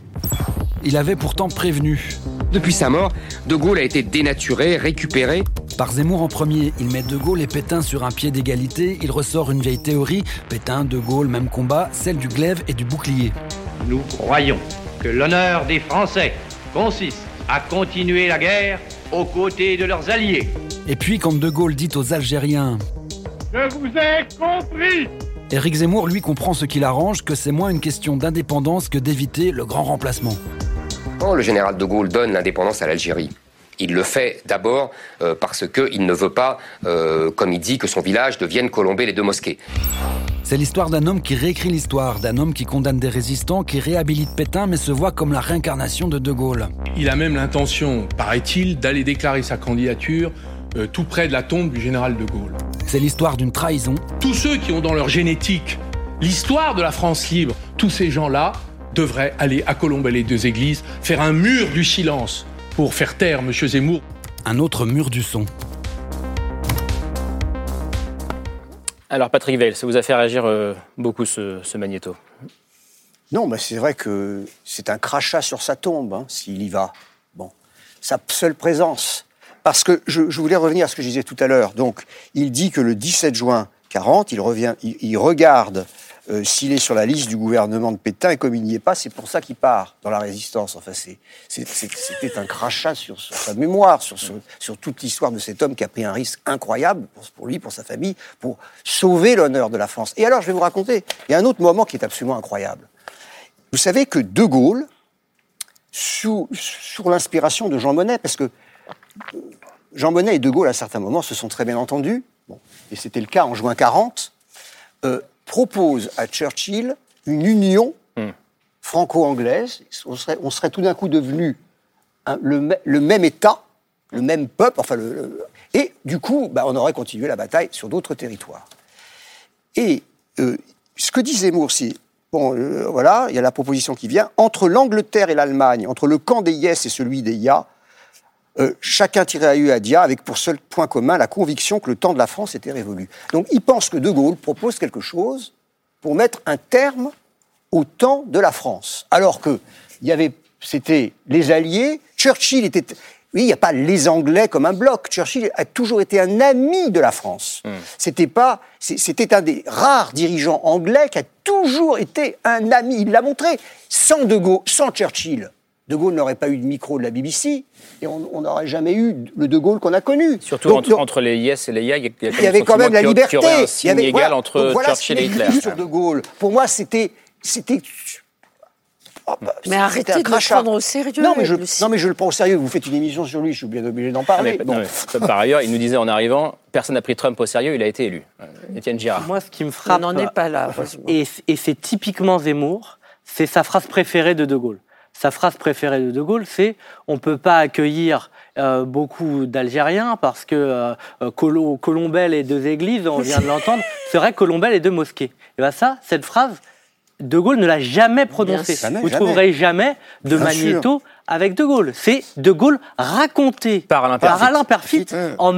F: Il avait pourtant prévenu.
H: Depuis sa mort, De Gaulle a été dénaturé, récupéré.
F: Par Zemmour en premier, il met De Gaulle et Pétain sur un pied d'égalité. Il ressort une vieille théorie. Pétain, De Gaulle, même combat, celle du glaive et du bouclier.
G: Nous croyons que l'honneur des Français consiste à continuer la guerre aux côtés de leurs alliés.
F: Et puis quand De Gaulle dit aux Algériens
G: « Je vous ai compris !»
F: Éric Zemmour, lui, comprend ce qu'il arrange, que c'est moins une question d'indépendance que d'éviter le grand remplacement.
H: Quand le général de Gaulle donne l'indépendance à l'Algérie, il le fait d'abord parce qu'il ne veut pas, comme il dit, que son village devienne Colombey-les-Deux-Mosquées.
F: C'est l'histoire d'un homme qui réécrit l'histoire, d'un homme qui condamne des résistants, qui réhabilite Pétain, mais se voit comme la réincarnation de De Gaulle.
I: Il a même l'intention, paraît-il, d'aller déclarer sa candidature tout près de la tombe du général de Gaulle.
F: C'est l'histoire d'une trahison.
I: Tous ceux qui ont dans leur génétique l'histoire de la France libre, tous ces gens-là devraient aller à Colombey-les-Deux-Églises, faire un mur du silence pour faire taire M. Zemmour.
F: Un autre mur du son.
A: Alors Patrick Veil, ça vous a fait réagir beaucoup ce magnéto?
B: Non, mais c'est vrai que c'est un crachat sur sa tombe, s'il y va. Bon, sa seule présence. Parce que je voulais revenir à ce que je disais tout à l'heure. Donc, il dit que le 17 juin 40, il regarde s'il est sur la liste du gouvernement de Pétain, et comme il n'y est pas, c'est pour ça qu'il part dans la résistance. Enfin, c'était un crachat sur sa mémoire, sur toute l'histoire de cet homme qui a pris un risque incroyable pour lui, pour sa famille, pour sauver l'honneur de la France. Et alors, je vais vous raconter, il y a un autre moment qui est absolument incroyable. Vous savez que De Gaulle, sous l'inspiration de Jean Monnet, parce que Jean Monnet et De Gaulle, à certains moments, se sont très bien entendus, et c'était le cas en juin 40, propose à Churchill une union franco-anglaise. On serait tout d'un coup devenu le même État, le même peuple, et du coup, on aurait continué la bataille sur d'autres territoires. Et ce que dit Zemmour, c'est, voilà, il y a la proposition qui vient, entre l'Angleterre et l'Allemagne, entre le camp des yes et celui des ya, chacun tirait à eux à dia, avec pour seul point commun la conviction que le temps de la France était révolu. Donc il pense que De Gaulle propose quelque chose pour mettre un terme au temps de la France. Alors que c'était les Alliés, Churchill était... Oui, il n'y a pas les Anglais comme un bloc. Churchill a toujours été un ami de la France. C'était un des rares dirigeants anglais qui a toujours été un ami. Il l'a montré. Sans De Gaulle, sans Churchill, De Gaulle n'aurait pas eu de micro de la BBC et on n'aurait jamais eu le De Gaulle qu'on a connu.
A: Surtout entre les yes et les ya, il
B: y avait quand même la liberté.
A: Il y aurait un signe égal entre Churchill et Hitler.
B: Sur De Gaulle. Pour moi, c'était
C: mais arrêtez de le prendre au sérieux.
B: Non, mais je le prends au sérieux. Vous faites une émission sur lui, je suis bien obligé d'en parler.
A: Par ailleurs, il nous disait en arrivant, personne n'a pris Trump au sérieux, il a été élu. Étienne Girard.
D: Moi, ce qui me frappe...
C: On n'en est pas là.
D: Et c'est typiquement Zemmour, c'est sa phrase préférée de De Gaulle. Sa phrase préférée de De Gaulle, c'est « on ne peut pas accueillir beaucoup d'Algériens parce que Colombelle et 2 églises, on vient de l'entendre, serait Colombelle et 2 mosquées ». Et bien ça, cette phrase... De Gaulle ne l'a jamais prononcé. Vous ne trouverez jamais de magnéto avec De Gaulle. C'est De Gaulle raconté par Alain Peyrefitte en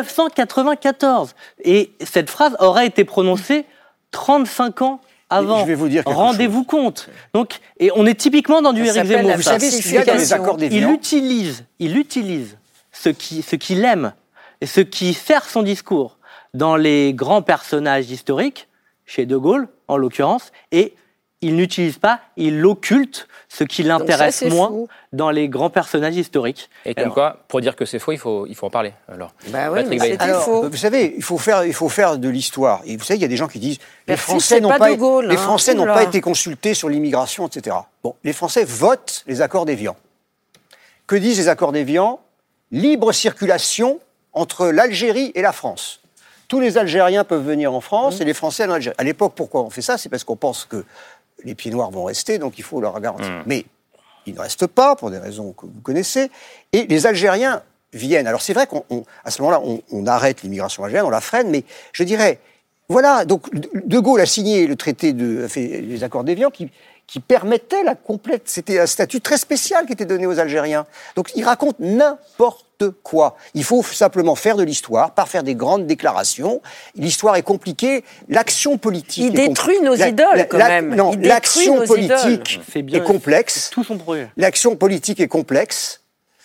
D: 1994. Et cette phrase aurait été prononcée 35 ans avant.
B: Je vais vous dire
D: Rendez-vous compte. Donc, et on est typiquement dans du Éric Zemmour.
B: Vous savez ce qu'il y a dans les accords d'Évian ?
D: Il utilise ce qu'il aime et ce qui sert son discours dans les grands personnages historiques, chez De Gaulle en l'occurrence, et il n'utilise pas, il occulte ce qui l'intéresse moins dans les grands personnages historiques.
A: Et comme quoi, pour dire que c'est faux, il faut en parler. Alors,
C: faux.
B: Vous savez, il faut faire de l'histoire. Et vous savez, il y a des gens qui disent les Français n'ont pas été consultés sur l'immigration, etc. Bon, les Français votent les accords d'Évian. Que disent les accords d'Évian ? Libre circulation entre l'Algérie et la France. Tous les Algériens peuvent venir en France et les Français en Algérie. À l'époque, pourquoi on fait ça ? C'est parce qu'on pense que les pieds noirs vont rester, donc il faut leur garantir. Mais ils ne restent pas, pour des raisons que vous connaissez, et les Algériens viennent. Alors c'est vrai qu'à ce moment-là, on arrête l'immigration algérienne, on la freine, mais je dirais, voilà, donc De Gaulle a signé les accords d'Évian qui permettaient la complète... C'était un statut très spécial qui était donné aux Algériens. Donc il raconte n'importe quoi. Il faut simplement faire de l'histoire, pas faire des grandes déclarations. L'histoire est compliquée, l'action politique
C: Il détruit nos idoles, quand même.
B: Non, l'action politique est complexe.
D: Tout son projet.
B: L'action politique est complexe.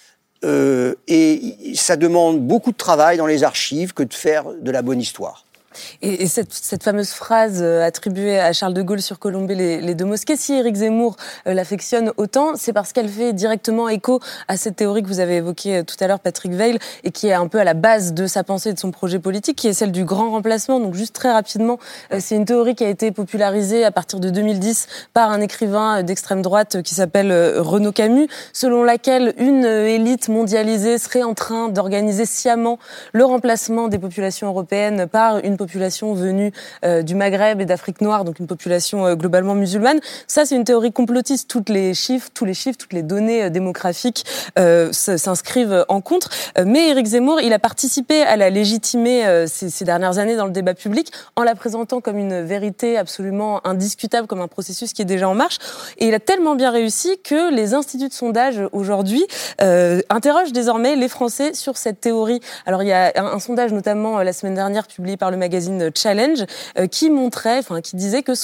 B: Et ça demande beaucoup de travail dans les archives que de faire de la bonne histoire.
E: Et cette fameuse phrase attribuée à Charles de Gaulle sur Colombey les 2 mosquées, si Éric Zemmour l'affectionne autant, c'est parce qu'elle fait directement écho à cette théorie que vous avez évoquée tout à l'heure, Patrick Weil, et qui est un peu à la base de sa pensée et de son projet politique, qui est celle du grand remplacement. Donc juste très rapidement, c'est une théorie qui a été popularisée à partir de 2010 par un écrivain d'extrême droite qui s'appelle Renaud Camus, selon laquelle une élite mondialisée serait en train d'organiser sciemment le remplacement des populations européennes par une population venue du Maghreb et d'Afrique noire, donc une population globalement musulmane. Ça, c'est une théorie complotiste. Tous les chiffres, toutes les données démographiques s'inscrivent en contre. Mais Éric Zemmour, il a participé à la légitimer ces dernières années dans le débat public en la présentant comme une vérité absolument indiscutable, comme un processus qui est déjà en marche. Et il a tellement bien réussi que les instituts de sondage aujourd'hui interrogent désormais les Français sur cette théorie. Alors, il y a un sondage notamment la semaine dernière publié par le magazine Challenge, qui disait que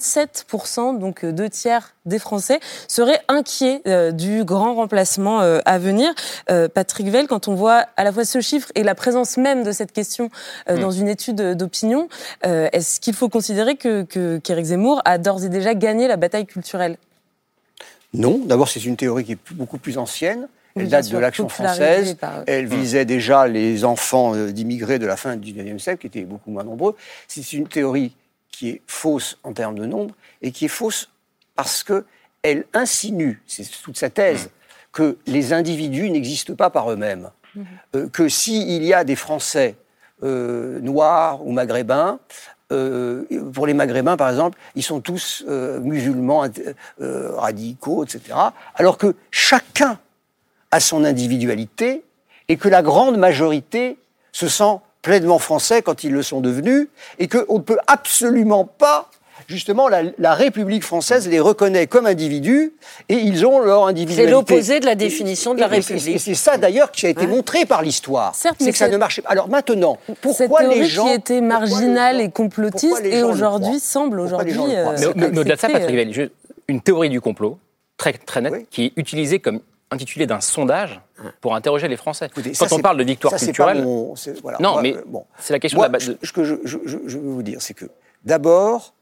E: 67%, donc 2 tiers des Français, seraient inquiets du grand remplacement à venir. Patrick Weil, quand on voit à la fois ce chiffre et la présence même de cette question dans une étude d'opinion, est-ce qu'il faut considérer qu'Éric Zemmour a d'ores et déjà gagné la bataille culturelle ?
B: Non, d'abord c'est une théorie qui est beaucoup plus ancienne. Elle date de l'Action française. Elle visait déjà les enfants d'immigrés de la fin du XIXe siècle, qui étaient beaucoup moins nombreux. C'est une théorie qui est fausse en termes de nombre, et qui est fausse parce qu'elle insinue, c'est toute sa thèse, que les individus n'existent pas par eux-mêmes. Que s'il y a des Français noirs ou maghrébins, pour les Maghrébins, par exemple, ils sont tous musulmans, radicaux, etc. Alors que chacun a son individualité et que la grande majorité se sent pleinement français quand ils le sont devenus, et qu'on ne peut absolument pas, justement, la République française les reconnaît comme individus, et ils ont leur individualité.
C: C'est l'opposé de la définition de la République.
B: Et c'est ça, d'ailleurs, qui a été montré par l'histoire.
E: Certes,
B: c'est que ça ne marchait pas. Alors maintenant, pourquoi les gens...
E: qui était marginale et complotiste, et aujourd'hui semble aujourd'hui...
A: Mais au-delà de ça, Patrick Weil, une théorie du complot, très, très nette, qui est utilisée comme intitulé d'un sondage pour interroger les Français.
B: Écoutez,
A: quand on parle de victoire culturelle...
B: Voilà,
A: non, mais c'est la question...
B: Ce que je veux vous dire, c'est que d'abord,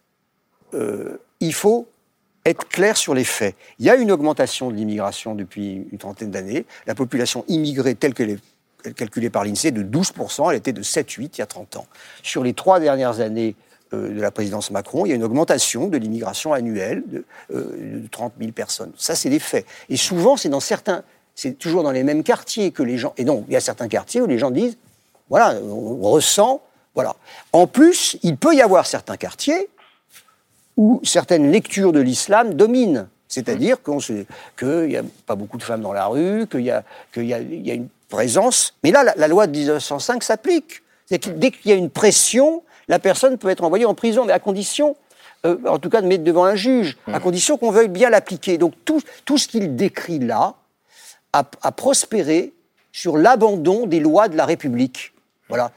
B: il faut être clair sur les faits. Il y a une augmentation de l'immigration depuis une trentaine d'années. La population immigrée telle qu'elle est calculée par l'INSEE est de 12%, elle était de 7-8 il y a 30 ans. Sur les 3 dernières années de la présidence Macron, il y a une augmentation de l'immigration annuelle de 30 000 personnes. Ça, c'est des faits. Et souvent, c'est toujours dans les mêmes quartiers que les gens... Et donc, il y a certains quartiers où les gens disent, voilà, on ressent, voilà. En plus, il peut y avoir certains quartiers où certaines lectures de l'islam dominent. C'est-à-dire qu'il n'y a pas beaucoup de femmes dans la rue, qu'il y a une présence... Mais là, la loi de 1905 s'applique. C'est-à-dire que dès qu'il y a une pression... La personne peut être envoyée en prison, mais à condition, en tout cas, de mettre devant un juge, à condition qu'on veuille bien l'appliquer. Donc tout ce qu'il décrit là a prospéré sur l'abandon des lois de la République. Voilà.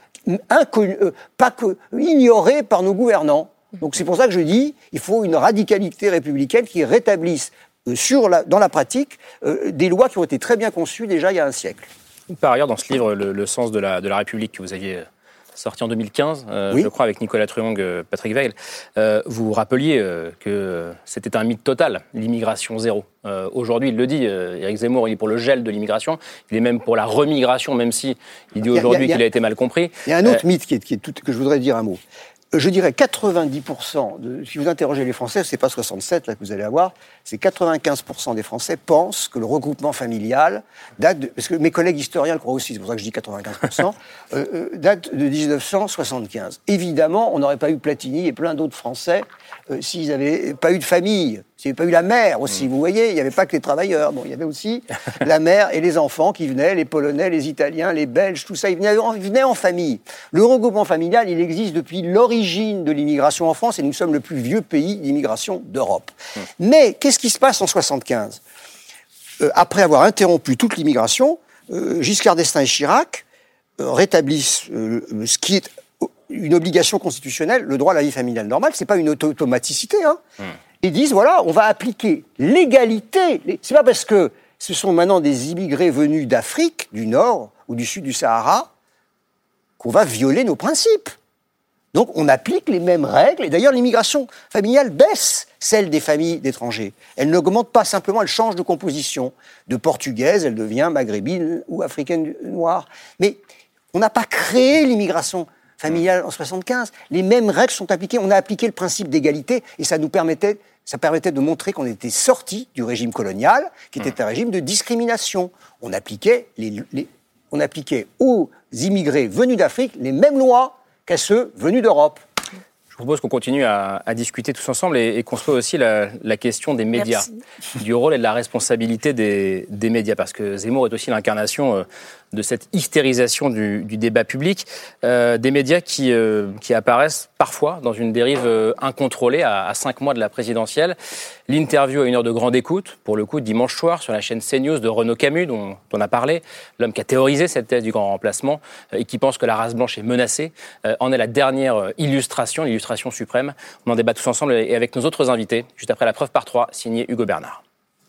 B: Ignoré par nos gouvernants. Donc c'est pour ça que je dis, il faut une radicalité républicaine qui rétablisse dans la pratique des lois qui ont été très bien conçues déjà il y a un siècle.
A: Par ailleurs, dans ce livre, Le sens de la République que vous aviez sorti en 2015,
B: oui.
A: Je crois, avec Nicolas Truong, Patrick Weil, vous rappeliez que c'était un mythe total, l'immigration zéro. Aujourd'hui, il le dit, Éric Zemmour, il est pour le gel de l'immigration, il est même pour la remigration, même si il dit aujourd'hui qu'il a été mal compris.
B: Il y a un autre mythe que je voudrais dire un mot. Je dirais 90%, si vous interrogez les Français, c'est pas 67 là que vous allez avoir, c'est 95% des Français pensent que le regroupement familial parce que mes collègues historiens le croient aussi, c'est pour ça que je dis 95%, date de 1975. Évidemment, on n'aurait pas eu Platini et plein d'autres Français s'ils n'avaient pas eu de famille, s'il n'y avait pas eu la mère aussi. Vous voyez, il n'y avait pas que les travailleurs, bon, il y avait aussi la mère et les enfants qui venaient, les Polonais, les Italiens, les Belges, tout ça, ils venaient en famille. Le regroupement familial, il existe depuis l'origine de l'immigration en France et nous sommes le plus vieux pays d'immigration d'Europe. Mais qu'est-ce qui se passe en 75 ? Après avoir interrompu toute l'immigration, Giscard d'Estaing et Chirac rétablissent ce qui est une obligation constitutionnelle, le droit à la vie familiale normale, c'est pas une automaticité, hein. Ils disent, voilà, on va appliquer l'égalité. C'est pas parce que ce sont maintenant des immigrés venus d'Afrique, du Nord ou du Sud du Sahara, qu'on va violer nos principes. Donc on applique les mêmes règles, et d'ailleurs l'immigration familiale baisse celle des familles d'étrangers. Elle n'augmente pas, simplement elle change de composition. De portugaise, elle devient maghrébine ou africaine noire. Mais on n'a pas créé l'immigration familiale en 75. Les mêmes règles sont appliquées. On a appliqué le principe d'égalité et ça permettait de montrer qu'on était sorti du régime colonial, qui était un régime de discrimination. On appliquait aux immigrés venus d'Afrique les mêmes lois qu'à ceux venus d'Europe.
A: Je propose qu'on continue à discuter tous ensemble et qu'on se pose aussi la question des médias, du rôle et de la responsabilité des médias, parce que Zemmour est aussi l'incarnation de cette hystérisation du débat public, des médias qui apparaissent parfois dans une dérive incontrôlée à 5 mois de la présidentielle. L'interview à 1 heure de grande écoute, pour le coup, dimanche soir, sur la chaîne CNews de Renaud Camus, dont on a parlé, l'homme qui a théorisé cette thèse du grand remplacement et qui pense que la race blanche est menacée, en est la dernière illustration suprême. On en débat tous ensemble et avec nos autres invités, juste après la preuve par 3, signé Hugo Bernard.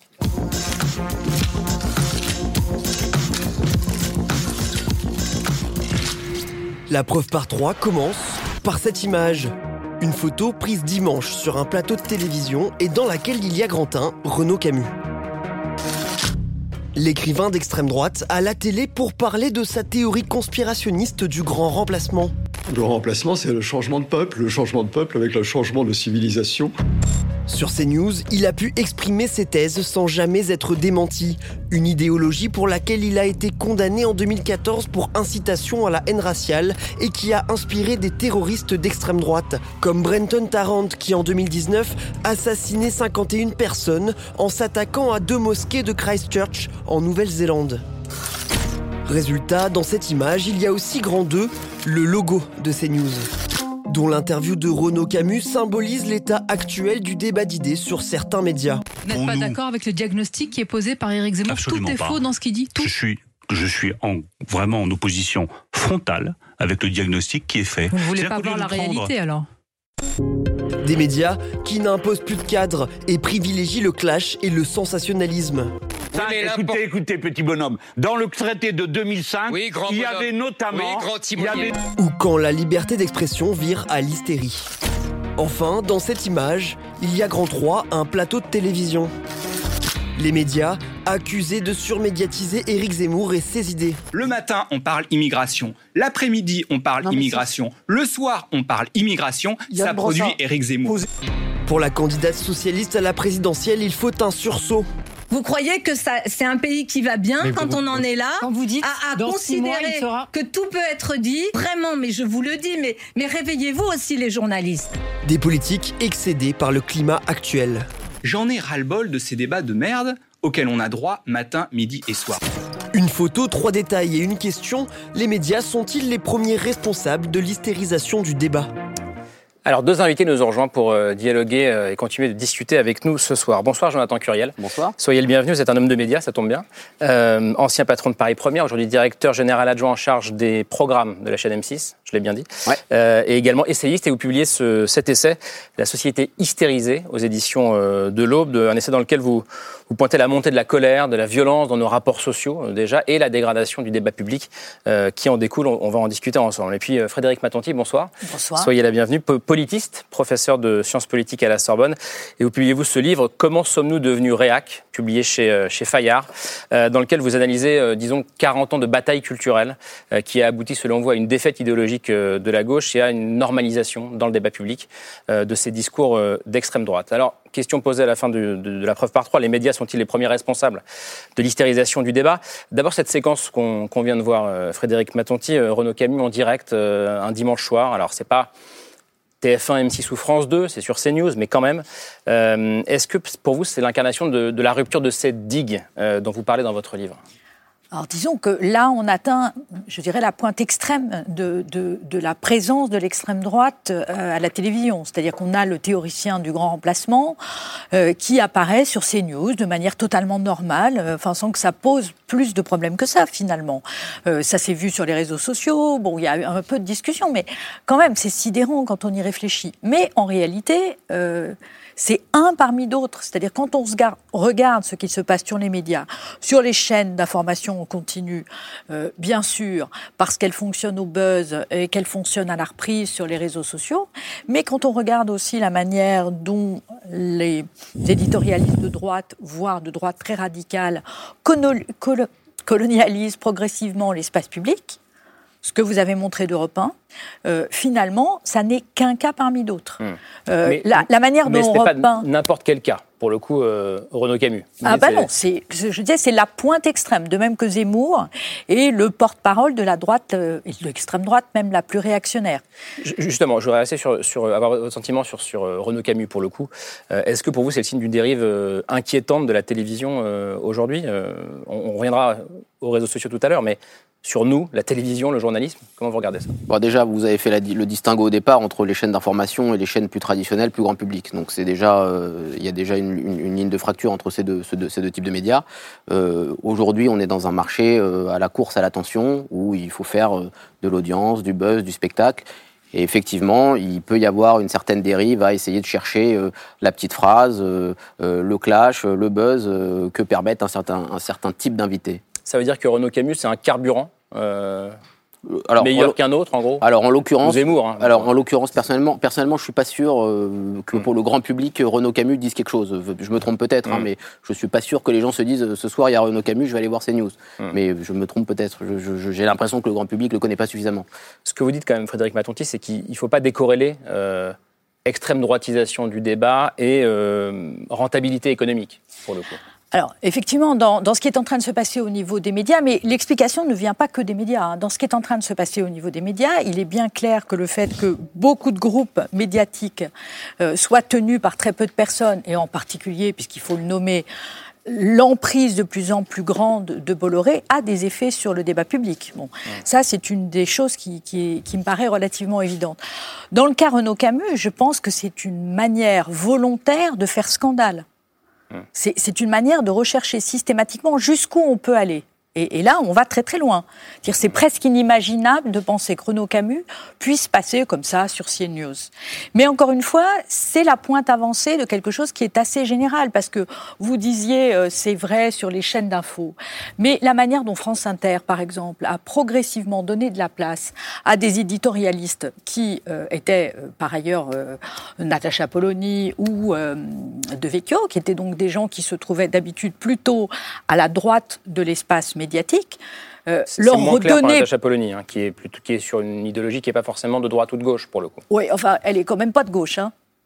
J: La preuve par 3 commence par cette image. Une photo prise dimanche sur un plateau de télévision et dans laquelle il y a grand 1, Renaud Camus. L'écrivain d'extrême droite à la télé pour parler de sa théorie conspirationniste du grand remplacement.
K: Le remplacement, c'est le changement de peuple avec le changement de civilisation.
J: Sur CNews, il a pu exprimer ses thèses sans jamais être démenti. Une idéologie pour laquelle il a été condamné en 2014 pour incitation à la haine raciale et qui a inspiré des terroristes d'extrême droite, comme Brenton Tarrant qui en 2019 assassinait 51 personnes en s'attaquant à 2 mosquées de Christchurch en Nouvelle-Zélande. Résultat, dans cette image, il y a aussi grand 2, le logo de CNews, dont l'interview de Renaud Camus symbolise l'état actuel du débat d'idées sur certains médias.
L: Vous n'êtes pas d'accord avec le diagnostic qui est posé par Éric Zemmour?
M: Absolument
L: tout est
M: pas.
L: Faux dans ce qu'il dit? Tout.
M: Je suis vraiment en opposition frontale avec le diagnostic qui est fait.
L: Vous ne voulez pas voir la réalité alors?
J: Des médias qui n'imposent plus de cadre et privilégient le clash et le sensationnalisme.
N: Écoutez, petit bonhomme. Dans le traité de 2005, il y avait notamment...
J: Ou quand la liberté d'expression vire à l'hystérie. Enfin, dans cette image, il y a grand 3, un plateau de télévision. Les médias accusés de surmédiatiser Éric Zemmour et ses idées.
O: Le matin, on parle immigration. L'après-midi, on parle immigration. Le soir, on parle immigration. Ça produit Éric Zemmour.
J: Pour la candidate socialiste à la présidentielle, il faut un sursaut.
P: Vous croyez que c'est un pays qui va bien quand on en est là,
L: quand vous dites
P: à considérer que tout peut être dit? Vraiment, mais je vous le dis, mais réveillez-vous aussi les journalistes.
J: Des politiques excédées par le climat actuel.
O: J'en ai ras-le-bol de ces débats de merde auxquels on a droit matin, midi et soir.
J: Une photo, 3 détails et une question. Les médias sont-ils les premiers responsables de l'hystérisation du débat ?
A: Alors, 2 invités nous ont rejoints pour dialoguer et continuer de discuter avec nous ce soir. Bonsoir Jonathan Curiel.
Q: Bonsoir.
A: Soyez le bienvenu, vous êtes un homme de médias, ça tombe bien. Ancien patron de Paris Première, aujourd'hui directeur général adjoint en charge des programmes de la chaîne M6, je l'ai bien dit. Ouais. Et également essayiste, et vous publiez cet essai, La société hystérisée, aux éditions de l'Aube, un essai dans lequel vous pointez la montée de la colère, de la violence dans nos rapports sociaux déjà, et la dégradation du débat public qui en découle. On va en discuter ensemble. Et puis Frédéric Matonti, bonsoir.
C: Bonsoir.
A: Soyez la bienvenue. Politiste, professeur de sciences politiques à la Sorbonne, et vous publiez ce livre « Comment sommes-nous devenus réac ?», publié chez Fayard, dans lequel vous analysez, 40 ans de bataille culturelle qui a abouti, selon vous, à une défaite idéologique de la gauche et à une normalisation dans le débat public de ces discours d'extrême droite. Alors, question posée à la fin de la preuve par 3, les médias sont-ils les premiers responsables de l'hystérisation du débat ? D'abord, cette séquence qu'on vient de voir, Frédéric Matonti, Renaud Camus en direct, un dimanche soir. Alors, c'est pas TF1, M6 ou France 2, c'est sur CNews, mais quand même. Est-ce que pour vous, c'est l'incarnation de la rupture de cette digue dont vous parlez dans votre livre ?
R: Alors disons que là, on atteint, je dirais, la pointe extrême de la présence de l'extrême droite à la télévision. C'est-à-dire qu'on a le théoricien du grand remplacement qui apparaît sur CNews de manière totalement normale, sans que ça pose plus de problèmes que ça, finalement. Ça s'est vu sur les réseaux sociaux, bon, il y a eu un peu de discussion, mais quand même, c'est sidérant quand on y réfléchit. Mais en réalité... c'est un parmi d'autres. C'est-à-dire quand on regarde ce qui se passe sur les médias, sur les chaînes d'information en continu, bien sûr, parce qu'elles fonctionnent au buzz et qu'elles fonctionnent à la reprise sur les réseaux sociaux, mais quand on regarde aussi la manière dont les éditorialistes de droite, voire de droite très radicale, colonialisent progressivement l'espace public, ce que vous avez montré d'Europe 1, finalement, ça n'est qu'un cas parmi d'autres. La manière dont Europe 1...
A: Mais ce n'est pas n'importe quel cas, pour le coup, Renaud Camus.
R: Non, je disais, c'est la pointe extrême, de même que Zemmour est le porte-parole de la droite, et de l'extrême droite même la plus réactionnaire.
A: Justement, je voudrais rester avoir votre sentiment sur Renaud Camus, pour le coup. Est-ce que pour vous, c'est le signe d'une dérive inquiétante de la télévision aujourd'hui ? On reviendra aux réseaux sociaux tout à l'heure, mais... Sur nous, la télévision, le journalisme, comment vous regardez ça ?
Q: Bon, déjà, vous avez fait le distinguo au départ entre les chaînes d'information et les chaînes plus traditionnelles, plus grand public. Donc c'est déjà, il y a déjà une ligne de fracture entre ces deux types de médias. Aujourd'hui, on est dans un marché à la course à l'attention où il faut faire de l'audience, du buzz, du spectacle. Et effectivement, il peut y avoir une certaine dérive à essayer de chercher la petite phrase, le clash, le buzz que permettent un certain type d'invités.
A: Ça veut dire que Renaud Camus, c'est un carburant meilleur qu'un autre, en gros.
Q: Alors en l'occurrence,
A: Zemmour.
Q: Personnellement, je suis pas sûr que pour le grand public, Renaud Camus dise quelque chose. Je me trompe peut-être, mais je suis pas sûr que les gens se disent ce soir il y a Renaud Camus, je vais aller voir CNews. Mais je me trompe peut-être. J'ai l'impression que le grand public le connaît pas suffisamment.
A: Ce que vous dites quand même, Frédéric Matonti, c'est qu'il faut pas décorréler extrême droitisation du débat et rentabilité économique, pour le coup.
R: Alors, effectivement, dans ce qui est en train de se passer au niveau des médias, mais l'explication ne vient pas que des médias. Dans ce qui est en train de se passer au niveau des médias, il est bien clair que le fait que beaucoup de groupes médiatiques soient tenus par très peu de personnes, et en particulier, puisqu'il faut le nommer, l'emprise de plus en plus grande de Bolloré a des effets sur le débat public. Bon, ça, c'est une des choses qui me paraît relativement évidente. Dans le cas Renaud Camus, je pense que c'est une manière volontaire de faire scandale. C'est une manière de rechercher systématiquement jusqu'où on peut aller. Et là, on va très très loin. C'est presque inimaginable de penser que Renaud Camus puisse passer comme ça sur CNews. Mais encore une fois, c'est la pointe avancée de quelque chose qui est assez général, parce que vous disiez, c'est vrai sur les chaînes d'infos, mais la manière dont France Inter, par exemple, a progressivement donné de la place à des éditorialistes qui étaient par ailleurs Natacha Polony ou De Vecchio, qui étaient donc des gens qui se trouvaient d'habitude plutôt à la droite de l'espace médiatique,
A: leur moins clair par Natacha Polony, qui est sur une idéologie qui n'est pas forcément de droite ou de gauche, pour le coup.
R: Oui, enfin, elle est quand même pas de gauche.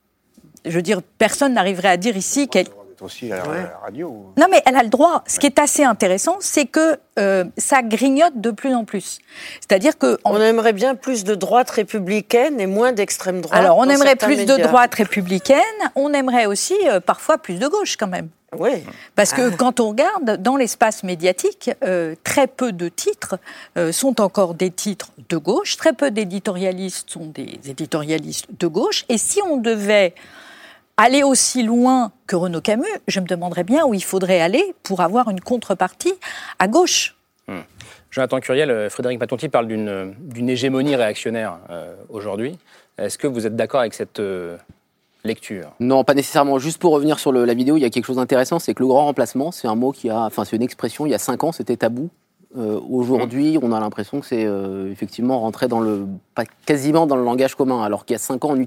R: Je veux dire, personne n'arriverait à dire ici qu'elle...
B: aussi à la radio.
R: Non, mais elle a le droit. Ce qui est assez intéressant, c'est que ça grignote de plus en plus. C'est-à-dire que...
C: On aimerait bien plus de droite républicaine et moins d'extrême droite.
R: Alors, on aimerait plus de droite républicaine, on aimerait aussi parfois plus de gauche quand même.
C: Oui.
R: Parce que quand on regarde dans l'espace médiatique, très peu de titres sont encore des titres de gauche, très peu d'éditorialistes sont des éditorialistes de gauche, et si on devait aller aussi loin que Renaud Camus, je me demanderais bien où il faudrait aller pour avoir une contrepartie à gauche.
A: Jonathan Curiel, Frédéric Matonti parle d'une hégémonie réactionnaire aujourd'hui. Est-ce que vous êtes d'accord avec cette lecture?
Q: Non, pas nécessairement. Juste pour revenir sur la vidéo, il y a quelque chose d'intéressant, c'est que le grand remplacement, c'est un mot c'est une expression, il y a 5 ans, c'était tabou. Aujourd'hui, on a l'impression que c'est effectivement rentré quasiment dans le langage commun, alors qu'il y a 5 ans,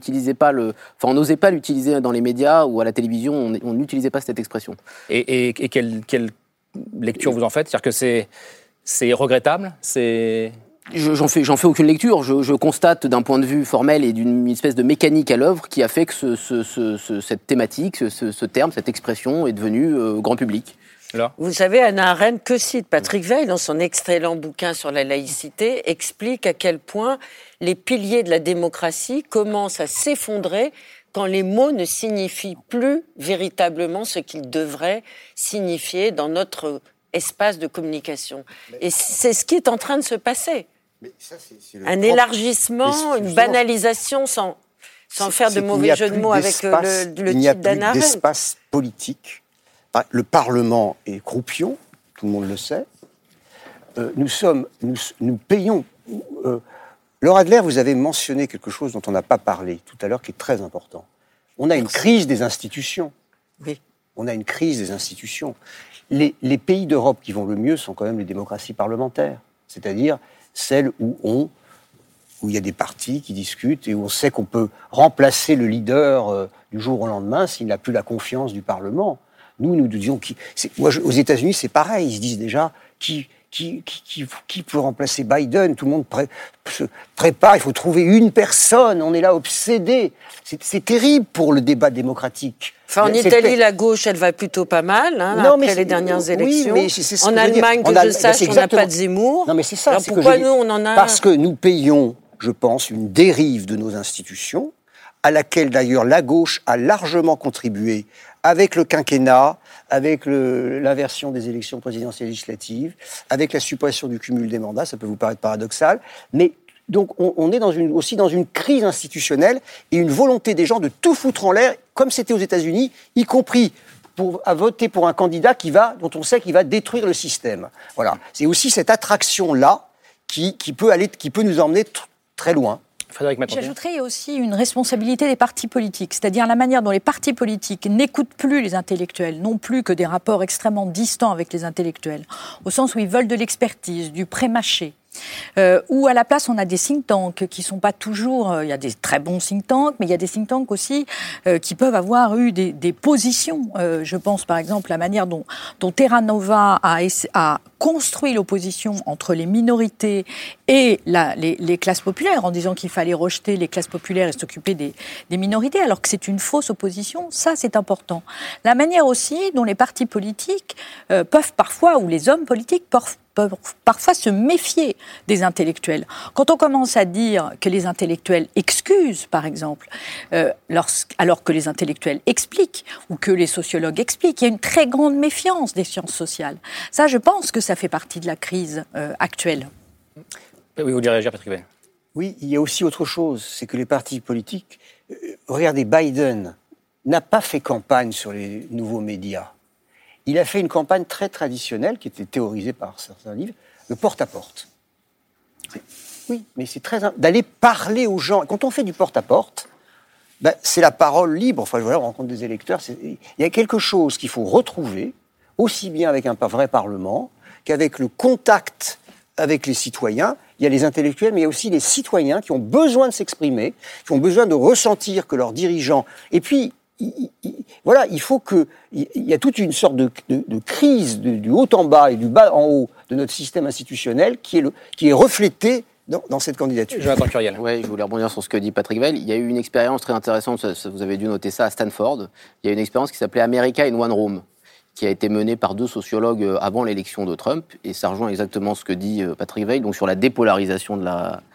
Q: on n'osait pas l'utiliser dans les médias ou à la télévision, on n'utilisait pas cette expression.
A: Et quelle lecture vous en faites? C'est-à-dire que c'est regrettable,
Q: J'en fais aucune lecture. Je constate d'un point de vue formel et d'une espèce de mécanique à l'œuvre qui a fait que cette thématique, ce terme, cette expression est devenue grand public.
C: Alors. Vous savez, Hannah Arendt, que cite Patrick Weil dans son excellent bouquin sur la laïcité, explique à quel point les piliers de la démocratie commencent à s'effondrer quand les mots ne signifient plus véritablement ce qu'ils devraient signifier dans notre espace de communication. Et c'est ce qui est en train de se passer. Mais ça, un élargissement, une banalisation sans faire de mauvais jeu de mots avec le titre d'Hannah Arendt.
B: Il n'y a plus d'espace politique. Le Parlement est croupion, tout le monde le sait. Nous payons... Laure Adler, vous avez mentionné quelque chose dont on n'a pas parlé tout à l'heure, qui est très important. On a une crise des institutions.
C: Oui.
B: On a une crise des institutions. Les pays d'Europe qui vont le mieux sont quand même les démocraties parlementaires, c'est-à-dire celles où il y a des partis qui discutent et où on sait qu'on peut remplacer le leader du jour au lendemain s'il n'a plus la confiance du Parlement. Nous disons aux États-Unis, c'est pareil. Ils se disent déjà qui peut remplacer Biden. Tout le monde se prépare. Il faut trouver une personne. On est là obsédés. C'est terrible pour le débat démocratique.
C: Enfin, en Italie, la gauche, elle va plutôt pas mal, après les dernières élections.
B: Oui, mais c'est ce
C: en Allemagne, que je sache, on n'a pas de Zemmour.
B: Non, mais c'est ça.
C: Alors pourquoi nous, on en a...
B: Parce que nous payons, je pense, une dérive de nos institutions, à laquelle d'ailleurs la gauche a largement contribué avec le quinquennat, avec l'inversion des élections présidentielles et législatives, avec la suppression du cumul des mandats, ça peut vous paraître paradoxal, mais donc on est aussi dans une crise institutionnelle et une volonté des gens de tout foutre en l'air, comme c'était aux États-Unis, y compris à voter pour un candidat dont on sait qu'il va détruire le système. Voilà. C'est aussi cette attraction-là qui peut nous emmener très loin.
R: J'ajouterais aussi une responsabilité des partis politiques, c'est-à-dire la manière dont les partis politiques n'écoutent plus les intellectuels, non plus que des rapports extrêmement distants avec les intellectuels, au sens où ils veulent de l'expertise, du pré-mâché. Où à la place on a des think tanks qui sont pas toujours, il y a des très bons think tanks, mais il y a des think tanks aussi qui peuvent avoir eu des positions. Je pense par exemple à la manière dont Terra Nova a construit l'opposition entre les minorités et les classes populaires, en disant qu'il fallait rejeter les classes populaires et s'occuper des minorités, alors que c'est une fausse opposition, ça c'est important. La manière aussi dont les partis politiques peuvent parfois, ou les hommes politiques peuvent parfois se méfier des intellectuels. Quand on commence à dire que les intellectuels excusent, par exemple, alors que les intellectuels expliquent, ou que les sociologues expliquent, il y a une très grande méfiance des sciences sociales. Ça, je pense que ça fait partie de la crise actuelle.
A: Oui, vous voulez réagir, Patrick Weil?
B: Oui, il y a aussi autre chose, c'est que les partis politiques... regardez, Biden n'a pas fait campagne sur les nouveaux médias. Il a fait une campagne très traditionnelle, qui était théorisée par certains livres, le porte-à-porte. Oui, mais c'est d'aller parler aux gens. Quand on fait du porte-à-porte, c'est la parole libre. Enfin, on rencontre des électeurs. Il y a quelque chose qu'il faut retrouver, aussi bien avec un vrai Parlement qu'avec le contact avec les citoyens. Il y a les intellectuels, mais il y a aussi les citoyens qui ont besoin de s'exprimer, qui ont besoin de ressentir que leurs dirigeants... Et puis, voilà, il faut que... Il y a toute une sorte de crise du haut en bas et du bas en haut de notre système institutionnel qui est reflété dans cette candidature.
A: Jonathan Curiel.
Q: Oui, je voulais rebondir sur ce que dit Patrick Weil. Il y a eu une expérience très intéressante, vous avez dû noter ça, à Stanford. Il y a une expérience qui s'appelait America in One Room, qui a été menée par 2 sociologues avant l'élection de Trump, et ça rejoint exactement ce que dit Patrick Weil, donc sur la dépolarisation de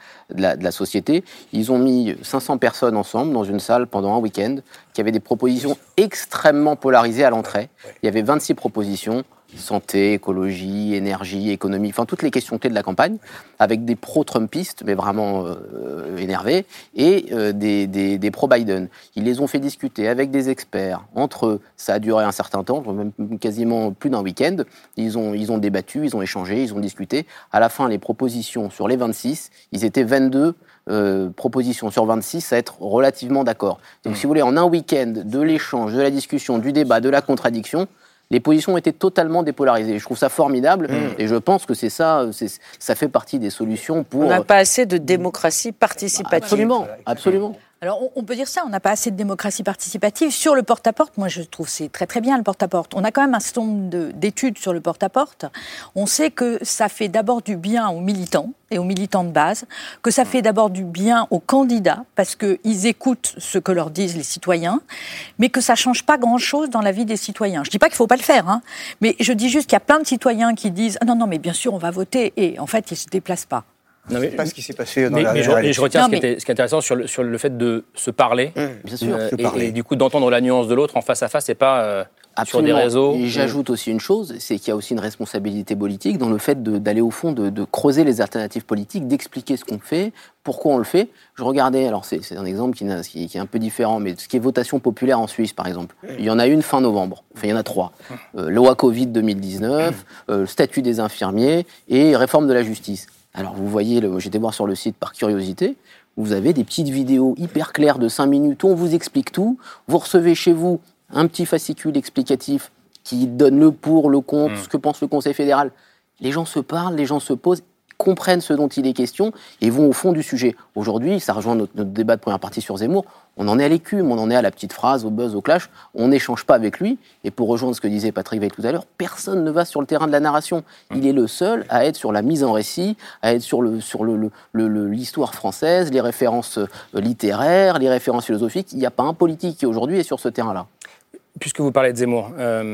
Q: la société. Ils ont mis 500 personnes ensemble dans une salle pendant un week-end, qui avait des propositions extrêmement polarisées à l'entrée. Il y avait 26 propositions, santé, écologie, énergie, économie, enfin toutes les questions clés de la campagne, avec des pro-Trumpistes, mais vraiment énervés, et des pro-Biden. Ils les ont fait discuter avec des experts, entre eux. Ça a duré un certain temps, même quasiment plus d'un week-end. Ils ont débattu, ils ont échangé, ils ont discuté. À la fin, les propositions sur les 26, ils étaient 22 propositions sur 26 à être relativement d'accord. Donc si vous voulez, en un week-end de l'échange, de la discussion, du débat, de la contradiction, les positions ont été totalement dépolarisées. Je trouve ça formidable et je pense que ça fait partie des solutions pour...
C: On n'a pas assez de démocratie participative.
Q: Absolument, absolument.
R: Alors, on peut dire ça, on n'a pas assez de démocratie participative. Sur le porte-à-porte, moi je trouve que c'est très très bien le porte-à-porte. On a quand même un certain nombre d'études sur le porte-à-porte. On sait que ça fait d'abord du bien aux militants et aux militants de base, que ça fait d'abord du bien aux candidats, parce qu'ils écoutent ce que leur disent les citoyens, mais que ça ne change pas grand-chose dans la vie des citoyens. Je ne dis pas qu'il ne faut pas le faire, mais je dis juste qu'il y a plein de citoyens qui disent « Ah non, mais bien sûr, on va voter », et en fait, ils ne se déplacent pas.
B: Non, mais pas ce qui s'est passé dans
A: je retiens ce qui est intéressant sur le fait de se parler,
Q: bien sûr,
A: et du coup d'entendre la nuance de l'autre en face à face, et pas sur des réseaux.
Q: Et j'ajoute aussi une chose, c'est qu'il y a aussi une responsabilité politique dans le fait d'aller au fond, de creuser les alternatives politiques, d'expliquer ce qu'on fait, pourquoi on le fait. Je regardais, alors c'est un exemple qui est un peu différent, mais ce qui est votation populaire en Suisse, par exemple. Il y en a une fin novembre, enfin il y en a 3. Loi Covid 2019, statut des infirmiers et réforme de la justice. Alors vous voyez, j'étais voir sur le site par curiosité, vous avez des petites vidéos hyper claires de 5 minutes où on vous explique tout. Vous recevez chez vous un petit fascicule explicatif qui donne le pour, le contre, ce que pense le Conseil fédéral. Les gens se parlent, les gens se posent, comprennent ce dont il est question et vont au fond du sujet. Aujourd'hui, ça rejoint notre débat de première partie sur Zemmour, on en est à l'écume, on en est à la petite phrase, au buzz, au clash, on n'échange pas avec lui. Et pour rejoindre ce que disait Patrick Weil tout à l'heure, personne ne va sur le terrain de la narration. Il est le seul à être sur la mise en récit, à être sur l'histoire française, les références littéraires, les références philosophiques. Il n'y a pas un politique qui aujourd'hui est sur ce terrain-là.
A: Puisque vous parlez de Zemmour,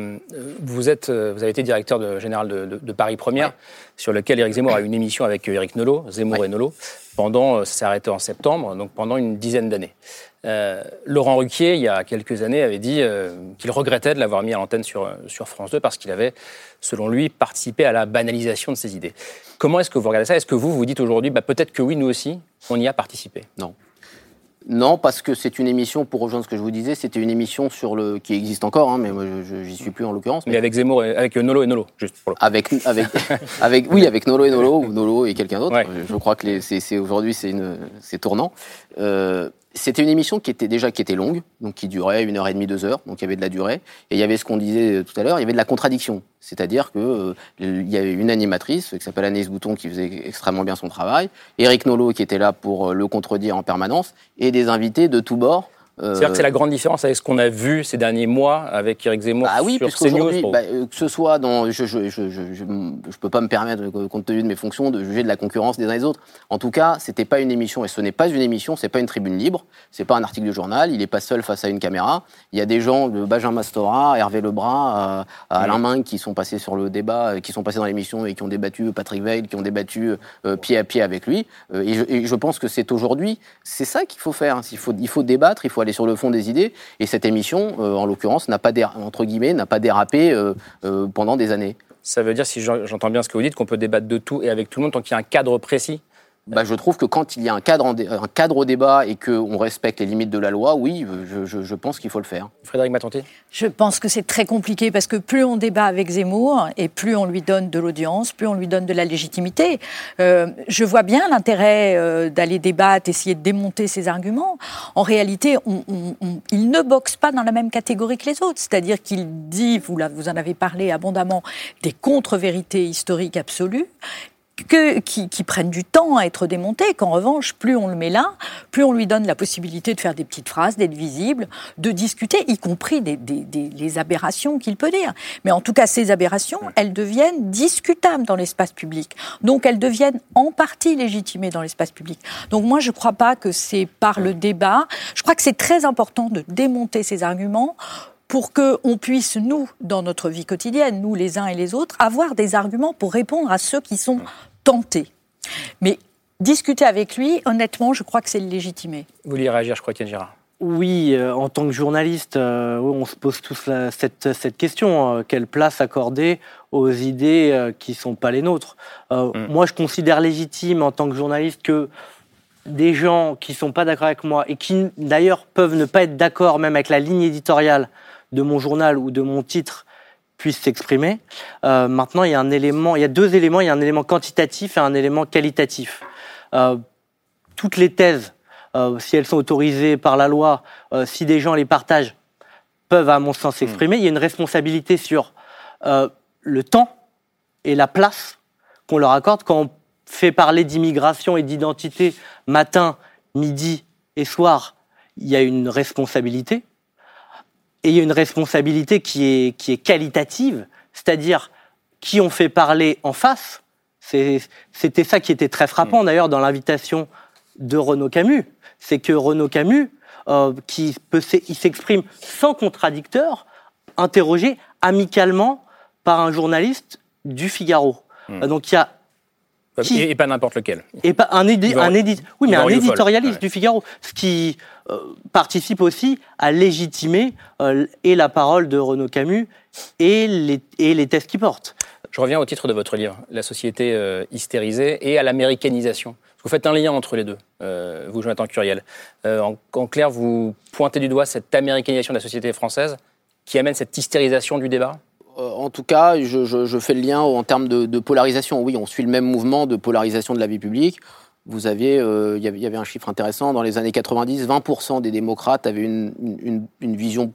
A: vous avez été directeur général de Paris Première, sur lequel Éric Zemmour a eu une émission avec Éric Nolot, Zemmour et Nolot, ça s'est arrêté en septembre, donc pendant une dizaine d'années. Laurent Ruquier, il y a quelques années, avait dit qu'il regrettait de l'avoir mis à l'antenne sur France 2 parce qu'il avait, selon lui, participé à la banalisation de ses idées. Comment est-ce que vous regardez ça ? Est-ce que vous dites aujourd'hui, peut-être que oui, nous aussi, on y a participé ?
Q: Non, parce que c'est une émission, pour rejoindre ce que je vous disais, c'était une émission qui existe encore, mais moi j'y suis plus en l'occurrence.
A: Mais avec Zemmour, avec Nolot et Nolot, juste pour le...
Q: Avec Nolot et Nolot, ou Nolot et quelqu'un d'autre. Ouais. Je crois que aujourd'hui c'est tournant. C'était une émission qui était longue, donc qui durait 1h30, 2 heures, donc il y avait de la durée. Et il y avait ce qu'on disait tout à l'heure, il y avait de la contradiction. C'est-à-dire que il y avait une animatrice qui s'appelle Anaïs Bouton qui faisait extrêmement bien son travail, Éric Nolot qui était là pour le contredire en permanence, et des invités de tous bords
A: C'est-à-dire que c'est la grande différence avec ce qu'on a vu ces derniers mois avec Éric Zemmour sur CNews.
Q: Que ce soit dans... Je peux pas me permettre, compte tenu de mes fonctions, de juger de la concurrence des uns et des autres. En tout cas, c'était pas une émission, et ce n'est pas une émission, c'est pas une tribune libre, c'est pas un article de journal, il est pas seul face à une caméra. Il y a des gens, de Benjamin Mastora, Hervé Lebras, Alain Minc, qui sont passés sur le débat, qui sont passés dans l'émission et qui ont débattu, Patrick Veil, qui ont débattu pied à pied avec lui. Et je pense que c'est aujourd'hui, c'est ça qu'il faut faire. Il faut débattre, il faut aller sur le fond des idées. Et cette émission, en l'occurrence, n'a pas dérapé pendant des années.
A: Ça veut dire, si j'entends bien ce que vous dites, qu'on peut débattre de tout et avec tout le monde tant qu'il y a un cadre précis?
Q: Je trouve que quand il y a un cadre au débat et qu'on respecte les limites de la loi, oui, je pense qu'il faut le faire.
A: Frédéric Mattanti?
R: Je pense que c'est très compliqué parce que plus on débat avec Zemmour et plus on lui donne de l'audience, plus on lui donne de la légitimité. Je vois bien l'intérêt d'aller débattre, essayer de démonter ses arguments. En réalité, il ne boxe pas dans la même catégorie que les autres. C'est-à-dire qu'il dit, vous en avez parlé abondamment, des contre-vérités historiques absolues, qui prennent du temps à être démontés, qu'en revanche, plus on le met là, plus on lui donne la possibilité de faire des petites phrases, d'être visible, de discuter, y compris des aberrations qu'il peut dire. Mais en tout cas, ces aberrations, elles deviennent discutables dans l'espace public. Donc, elles deviennent en partie légitimées dans l'espace public. Donc, moi, je ne crois pas que c'est par le débat. Je crois que c'est très important de démonter ces arguments pour qu'on puisse, nous, dans notre vie quotidienne, nous les uns et les autres, avoir des arguments pour répondre à ceux qui sont tentés. Mais discuter avec lui, honnêtement, je crois que c'est le légitimer.
A: Vous vouliez réagir, je crois, Étienne Girard.
D: Oui, en tant que journaliste, on se pose tous cette question. Quelle place accorder aux idées qui ne sont pas les nôtres? Moi, je considère légitime, en tant que journaliste, que des gens qui ne sont pas d'accord avec moi et qui, d'ailleurs, peuvent ne pas être d'accord même avec la ligne éditoriale de mon journal ou de mon titre puissent s'exprimer. Maintenant, il y a deux éléments. Il y a un élément quantitatif et un élément qualitatif. Toutes les thèses, si elles sont autorisées par la loi, si des gens les partagent, peuvent, à mon sens, s'exprimer. Il y a une responsabilité sur le temps et la place qu'on leur accorde quand on fait parler d'immigration et d'identité matin, midi et soir. Il y a une responsabilité. Et il y a une responsabilité qui est qualitative, c'est-à-dire qui on fait parler en face. C'était ça qui était très frappant d'ailleurs dans l'invitation de Renaud Camus. C'est que Renaud Camus, il s'exprime sans contradicteur, interrogé amicalement par un journaliste du Figaro. Donc il y a...
A: Et pas n'importe lequel.
D: Et pas un éditorialiste du Figaro, ce qui participe aussi à légitimer et la parole de Renaud Camus et les thèses qu'il porte.
A: Je reviens au titre de votre livre, La société hystérisée et à l'américanisation. Vous faites un lien entre les deux, vous, Jonathan Curiel. En clair, vous pointez du doigt cette américanisation de la société française qui amène cette hystérisation du débat ?
Q: En tout cas, je fais le lien en termes de polarisation. Oui, on suit le même mouvement de polarisation de la vie publique. Vous aviez, il y avait un chiffre intéressant, dans les années 90, 20% des démocrates avaient une vision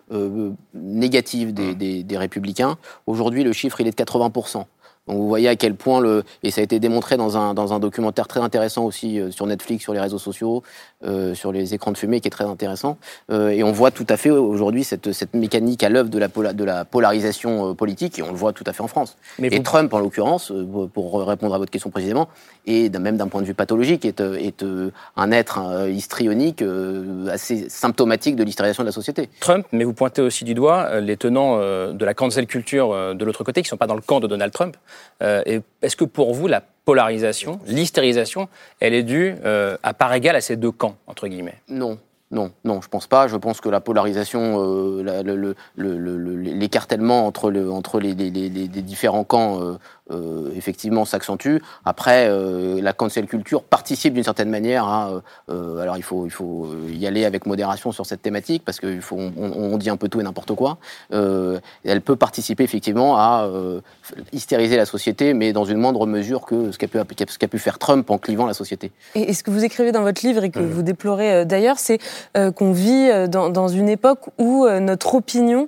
Q: négative des républicains. Aujourd'hui, le chiffre, il est de 80%. Donc vous voyez à quel point, et ça a été démontré dans un documentaire très intéressant aussi sur Netflix, sur les réseaux sociaux, sur les écrans de fumée, qui est très intéressant. Et on voit tout à fait aujourd'hui cette mécanique à l'œuvre de la polarisation politique, et on le voit tout à fait en France. Trump, en l'occurrence, pour répondre à votre question précisément, et même d'un point de vue pathologique, est un être histrionique assez symptomatique de l'hystérisation de la société.
A: Trump, mais vous pointez aussi du doigt les tenants de la cancel culture de l'autre côté, qui ne sont pas dans le camp de Donald Trump. Et est-ce que pour vous, la polarisation, l'hystérisation, elle est due à part égale à ces deux camps, entre guillemets ?
Q: Non, je pense pas. Je pense que la polarisation, l'écartèlement entre les différents camps, effectivement, s'accentue. Après, la cancel culture participe d'une certaine manière à... alors, il faut y aller avec modération sur cette thématique, parce qu'on dit un peu tout et n'importe quoi. Elle peut participer, effectivement, à hystériser la société, mais dans une moindre mesure que ce qu'a pu faire Trump en clivant la société.
E: Et ce que vous écrivez dans votre livre et que vous déplorez d'ailleurs, c'est qu'on vit dans une époque où notre opinion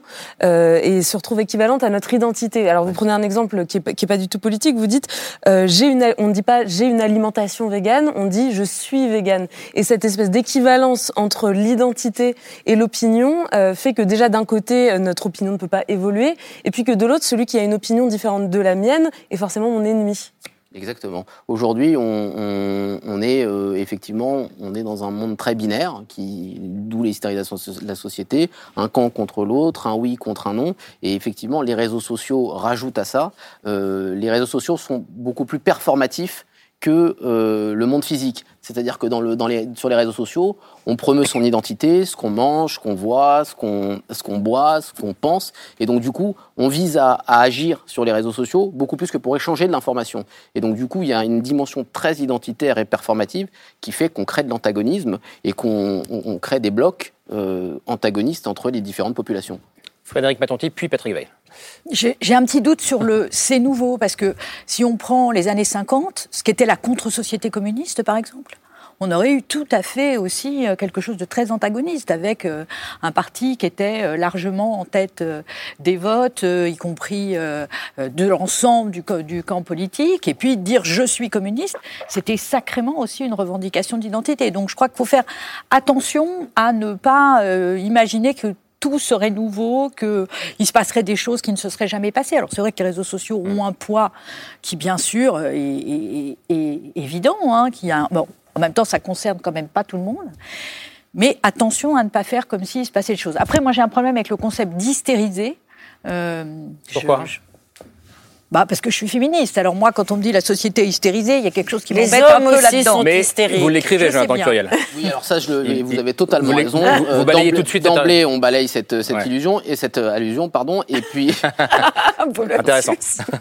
E: se retrouve équivalente à notre identité. Alors vous prenez un exemple qui est pas du tout politique, vous dites on ne dit pas j'ai une alimentation végane, on dit je suis végane. Et cette espèce d'équivalence entre l'identité et l'opinion fait que déjà d'un côté notre opinion ne peut pas évoluer, et puis que de l'autre celui qui a une opinion différente de la mienne est forcément mon ennemi.
Q: Exactement. Aujourd'hui, on est effectivement, on est dans un monde très binaire, d'où l'hystérisation de la société, un camp contre l'autre, un oui contre un non, et effectivement, les réseaux sociaux rajoutent à ça. Les réseaux sociaux sont beaucoup plus performatifs que le monde physique. C'est-à-dire que sur les réseaux sociaux, on promeut son identité, ce qu'on mange, ce qu'on voit, ce qu'on boit, ce qu'on pense. Et donc, du coup, on vise à agir sur les réseaux sociaux beaucoup plus que pour échanger de l'information. Et donc, du coup, il y a une dimension très identitaire et performative qui fait qu'on crée de l'antagonisme et qu'on crée des blocs antagonistes entre les différentes populations.
A: Frédéric Matonti, puis Patrick Weil.
R: J'ai un petit doute sur le « c'est nouveau », parce que si on prend les années 50, ce qu'était la contre-société communiste, par exemple, on aurait eu tout à fait aussi quelque chose de très antagoniste, avec un parti qui était largement en tête des votes, y compris de l'ensemble du camp politique, et puis dire « je suis communiste », c'était sacrément aussi une revendication d'identité. Donc je crois qu'il faut faire attention à ne pas imaginer que tout serait nouveau, qu'il se passerait des choses qui ne se seraient jamais passées. Alors c'est vrai que les réseaux sociaux ont un poids qui, bien sûr, est évident. Bon, en même temps, ça concerne quand même pas tout le monde. Mais attention à ne pas faire comme s'il se passait des choses. Après, moi, j'ai un problème avec le concept d'hystériser.
A: Pourquoi ?
R: Parce que je suis féministe. Alors moi, quand on me dit la société est hystérisée, il y a quelque chose qui m'embête un peu là-dedans.
A: Mais vous l'écrivez, Jonathan Curiel.
Q: Oui, alors ça, vous avez totalement raison.
A: Vous balayez tout de suite.
Q: D'emblée, on balaye cette illusion et cette allusion, pardon. Et puis
A: intéressant.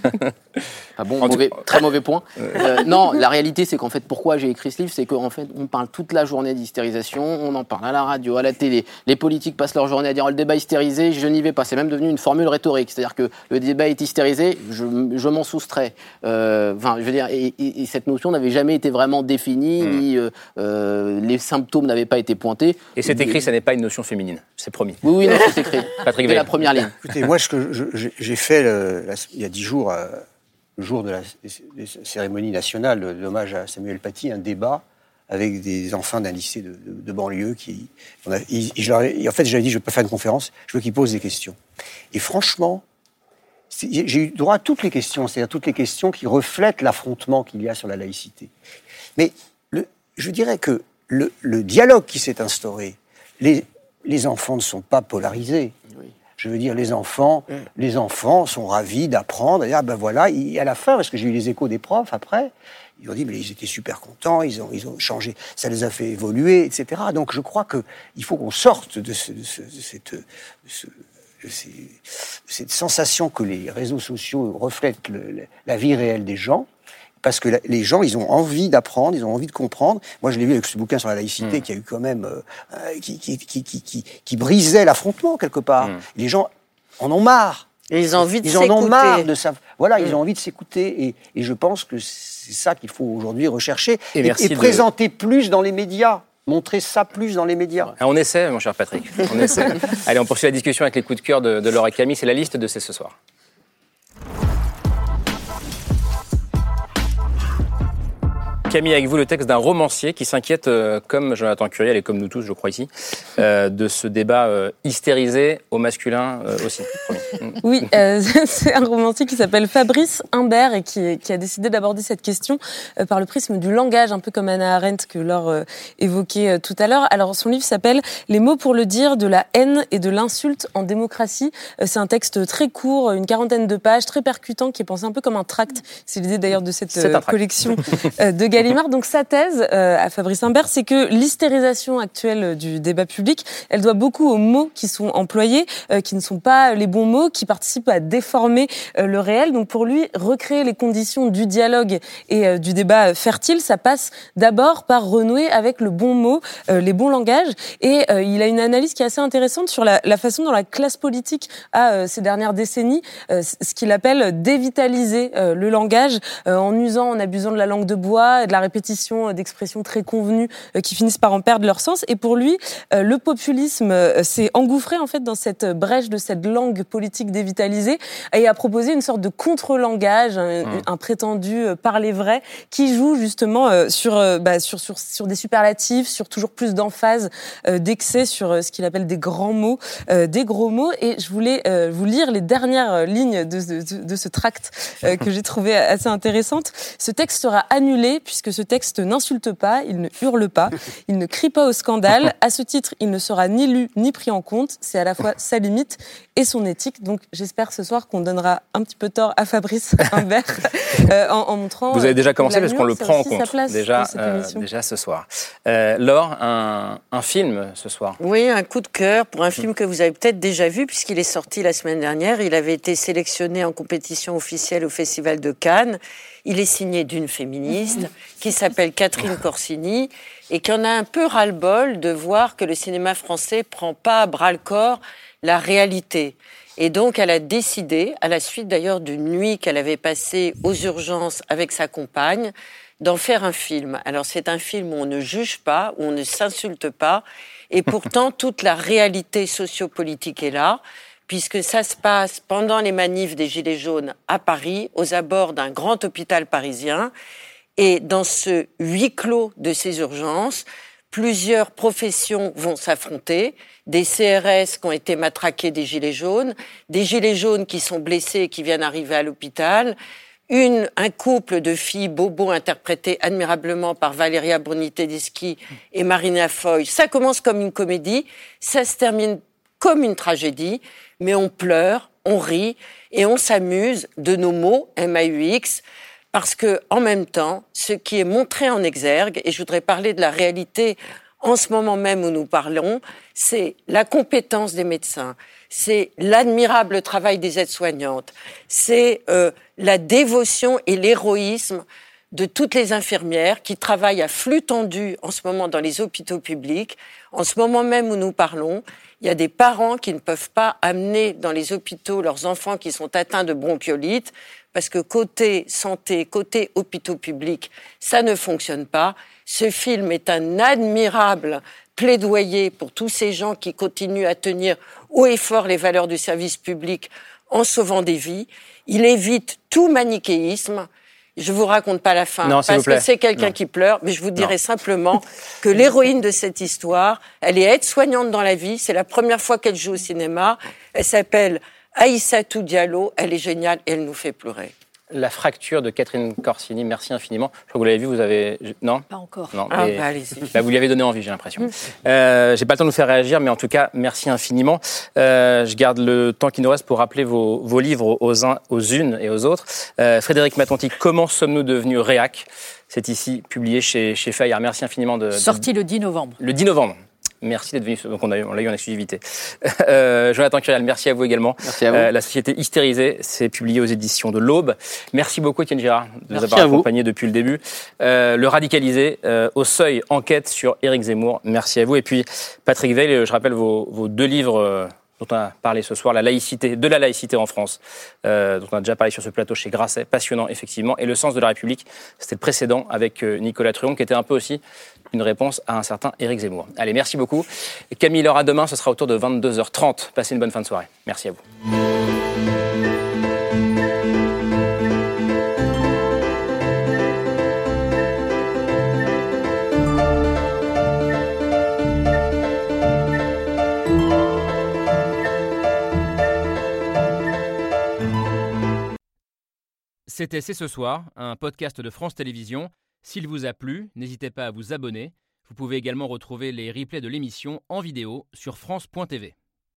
Q: Ah bon, très mauvais point. Non, la réalité, c'est qu'en fait, pourquoi j'ai écrit ce livre, c'est qu'en fait, on parle toute la journée d'hystérisation, on en parle à la radio, à la télé. Les politiques passent leur journée à dire le débat hystérisé, je n'y vais pas. C'est même devenu une formule rhétorique, c'est-à-dire que le débat est hystérisé, je m'en soustrais. Je veux dire, et cette notion n'avait jamais été vraiment définie, ni les symptômes n'avaient pas été pointés.
A: Et c'est écrit, ça n'est pas une notion féminine, c'est promis.
Q: Oui, non, c'est écrit.
A: Patrick
Q: Veil. La première ligne.
B: Écoutez, moi, j'ai fait il y a 10 jours. Le jour de la cérémonie nationale d'hommage à Samuel Paty, un débat avec des enfants d'un lycée de banlieue en fait, j'avais dit, je ne veux pas faire une conférence, je veux qu'ils posent des questions. Et franchement, j'ai eu droit à toutes les questions, c'est-à-dire toutes les questions qui reflètent l'affrontement qu'il y a sur la laïcité. Mais je dirais que le dialogue qui s'est instauré, les enfants ne sont pas polarisés. Oui. Je veux dire, les enfants sont ravis d'apprendre. Et, voilà, à la fin, parce que j'ai eu les échos des profs après, ils ont dit, mais ils étaient super contents, ils ont changé, ça les a fait évoluer, etc. Donc je crois qu'il faut qu'on sorte de cette sensation que les réseaux sociaux reflètent la vie réelle des gens. Parce que les gens, ils ont envie d'apprendre, ils ont envie de comprendre. Moi, je l'ai vu avec ce bouquin sur la laïcité qui a eu quand même... qui brisait l'affrontement, quelque part. Les gens en ont marre.
C: Et ils ont envie de s'écouter.
B: Ils en ont marre de ça. Voilà, ils ont envie de s'écouter. Et je pense que c'est ça qu'il faut aujourd'hui rechercher. Et présenter plus dans les médias. Montrer ça plus dans les médias.
A: On essaie, mon cher Patrick. On essaie. Allez, on poursuit la discussion avec les coups de cœur de Laure et Camille. C'est la liste de C'est ce soir. Camille, avec vous, le texte d'un romancier qui s'inquiète, comme Jonathan Curiel et comme nous tous, je crois ici, de ce débat hystérisé au masculin aussi.
E: Oui, c'est un romancier qui s'appelle Fabrice Humbert et qui a décidé d'aborder cette question par le prisme du langage, un peu comme Hannah Arendt que Laure évoquait tout à l'heure. Alors, son livre s'appelle « Les mots pour le dire, de la haine et de l'insulte en démocratie ». C'est un texte très court, une 40aine de pages, très percutant, qui est pensé un peu comme un tract. C'est l'idée d'ailleurs de cette collection de Gallimard. Donc sa thèse à Fabrice Humbert, c'est que l'hystérisation actuelle du débat public, elle doit beaucoup aux mots qui sont employés, qui ne sont pas les bons mots, qui participent à déformer le réel. Donc pour lui, recréer les conditions du dialogue et du débat fertile, ça passe d'abord par renouer avec le bon mot, les bons langages. Et il a une analyse qui est assez intéressante sur la façon dont la classe politique a, ces dernières décennies, ce qu'il appelle dévitaliser le langage, en usant, en abusant de la langue de bois, de de la répétition d'expressions très convenues qui finissent par en perdre leur sens. Et pour lui, le populisme s'est engouffré en fait dans cette brèche de cette langue politique dévitalisée et a proposé une sorte de contre-langage, un prétendu parler vrai, qui joue justement sur des superlatifs, sur toujours plus d'emphase, d'excès sur ce qu'il appelle des grands mots, des gros mots. Et je voulais vous lire les dernières lignes de ce tract que j'ai trouvé assez intéressante. Ce texte sera annulé puisque ce texte n'insulte pas, il ne hurle pas, il ne crie pas au scandale. À ce titre, il ne sera ni lu ni pris en compte. C'est à la fois sa limite et son éthique. Donc j'espère ce soir qu'on donnera un petit peu tort à Fabrice Humbert en montrant...
A: Vous avez déjà commencé parce qu'on le prend en compte déjà ce soir. Laure, un film ce soir.
C: Oui, un coup de cœur pour un film que vous avez peut-être déjà vu puisqu'il est sorti la semaine dernière. Il avait été sélectionné en compétition officielle au Festival de Cannes. Il est signé d'une féministe qui s'appelle Catherine Corsini et qui en a un peu ras-le-bol de voir que le cinéma français prend pas à bras-le-corps la réalité. Et donc, elle a décidé, à la suite d'ailleurs d'une nuit qu'elle avait passée aux urgences avec sa compagne, d'en faire un film. Alors, c'est un film où on ne juge pas, où on ne s'insulte pas, et pourtant, toute la réalité sociopolitique est là, puisque ça se passe pendant les manifs des Gilets jaunes à Paris, aux abords d'un grand hôpital parisien. Et dans ce huis clos de ces urgences, plusieurs professions vont s'affronter. Des CRS qui ont été matraqués des Gilets jaunes qui sont blessés et qui viennent arriver à l'hôpital, un couple de filles bobos interprétées admirablement par Valéria Bruni-Tedeschi et Marina Foï. Ça commence comme une comédie, ça se termine comme une tragédie, mais on pleure, on rit et on s'amuse de nos mots MAUX, parce que en même temps, ce qui est montré en exergue, et je voudrais parler de la réalité en ce moment même où nous parlons, c'est la compétence des médecins, c'est l'admirable travail des aides-soignantes, c'est la dévotion et l'héroïsme de toutes les infirmières qui travaillent à flux tendu en ce moment dans les hôpitaux publics. En ce moment même où nous parlons, il y a des parents qui ne peuvent pas amener dans les hôpitaux leurs enfants qui sont atteints de bronchiolite parce que côté santé, côté hôpitaux publics, ça ne fonctionne pas. Ce film est un admirable plaidoyer pour tous ces gens qui continuent à tenir haut et fort les valeurs du service public en sauvant des vies. Il évite tout manichéisme. Je vous raconte pas la fin, parce que c'est quelqu'un qui pleure, mais je vous dirai simplement que l'héroïne de cette histoire, elle est aide-soignante dans la vie, c'est la première fois qu'elle joue au cinéma, elle s'appelle Aïssatou Diallo, elle est géniale et elle nous fait pleurer.
A: La fracture de Catherine Corsini, merci infiniment. Je crois que vous l'avez vu, vous avez... Non ?
R: Pas encore.
A: Non,
C: allez-y.
A: Vous lui avez donné envie, j'ai l'impression. J'ai pas le temps de vous faire réagir, mais en tout cas, merci infiniment. Je garde le temps qui nous reste pour rappeler vos livres aux unes et aux autres. Frédéric Matonti, Comment sommes-nous devenus réac ? C'est ici, publié chez Fayard. Merci infiniment
R: Sorti le 10 novembre.
A: Le 10 novembre. Merci d'être venu. Donc on l'a eu en exclusivité. Jonathan Curial, merci à vous également.
Q: Merci à vous.
A: La Société Hystérisée, c'est publié aux éditions de l'Aube. Merci beaucoup Étienne Girard de nous avoir accompagnés depuis le début. Le Radicalisé, au Seuil, enquête sur Éric Zemmour. Merci à vous. Et puis Patrick Veil, je rappelle vos deux livres dont on a parlé ce soir, de la laïcité en France, dont on a déjà parlé sur ce plateau chez Grasset, passionnant effectivement, et Le sens de la République, c'était le précédent avec Nicolas Truon, qui était un peu aussi une réponse à un certain Éric Zemmour. Allez, merci beaucoup. Camille, l'heure à demain, ce sera autour de 22h30. Passez une bonne fin de soirée. Merci à vous. C'était C'est ce soir, un podcast de France Télévisions. S'il vous a plu, n'hésitez pas à vous abonner. Vous pouvez également retrouver les replays de l'émission en vidéo sur France.tv.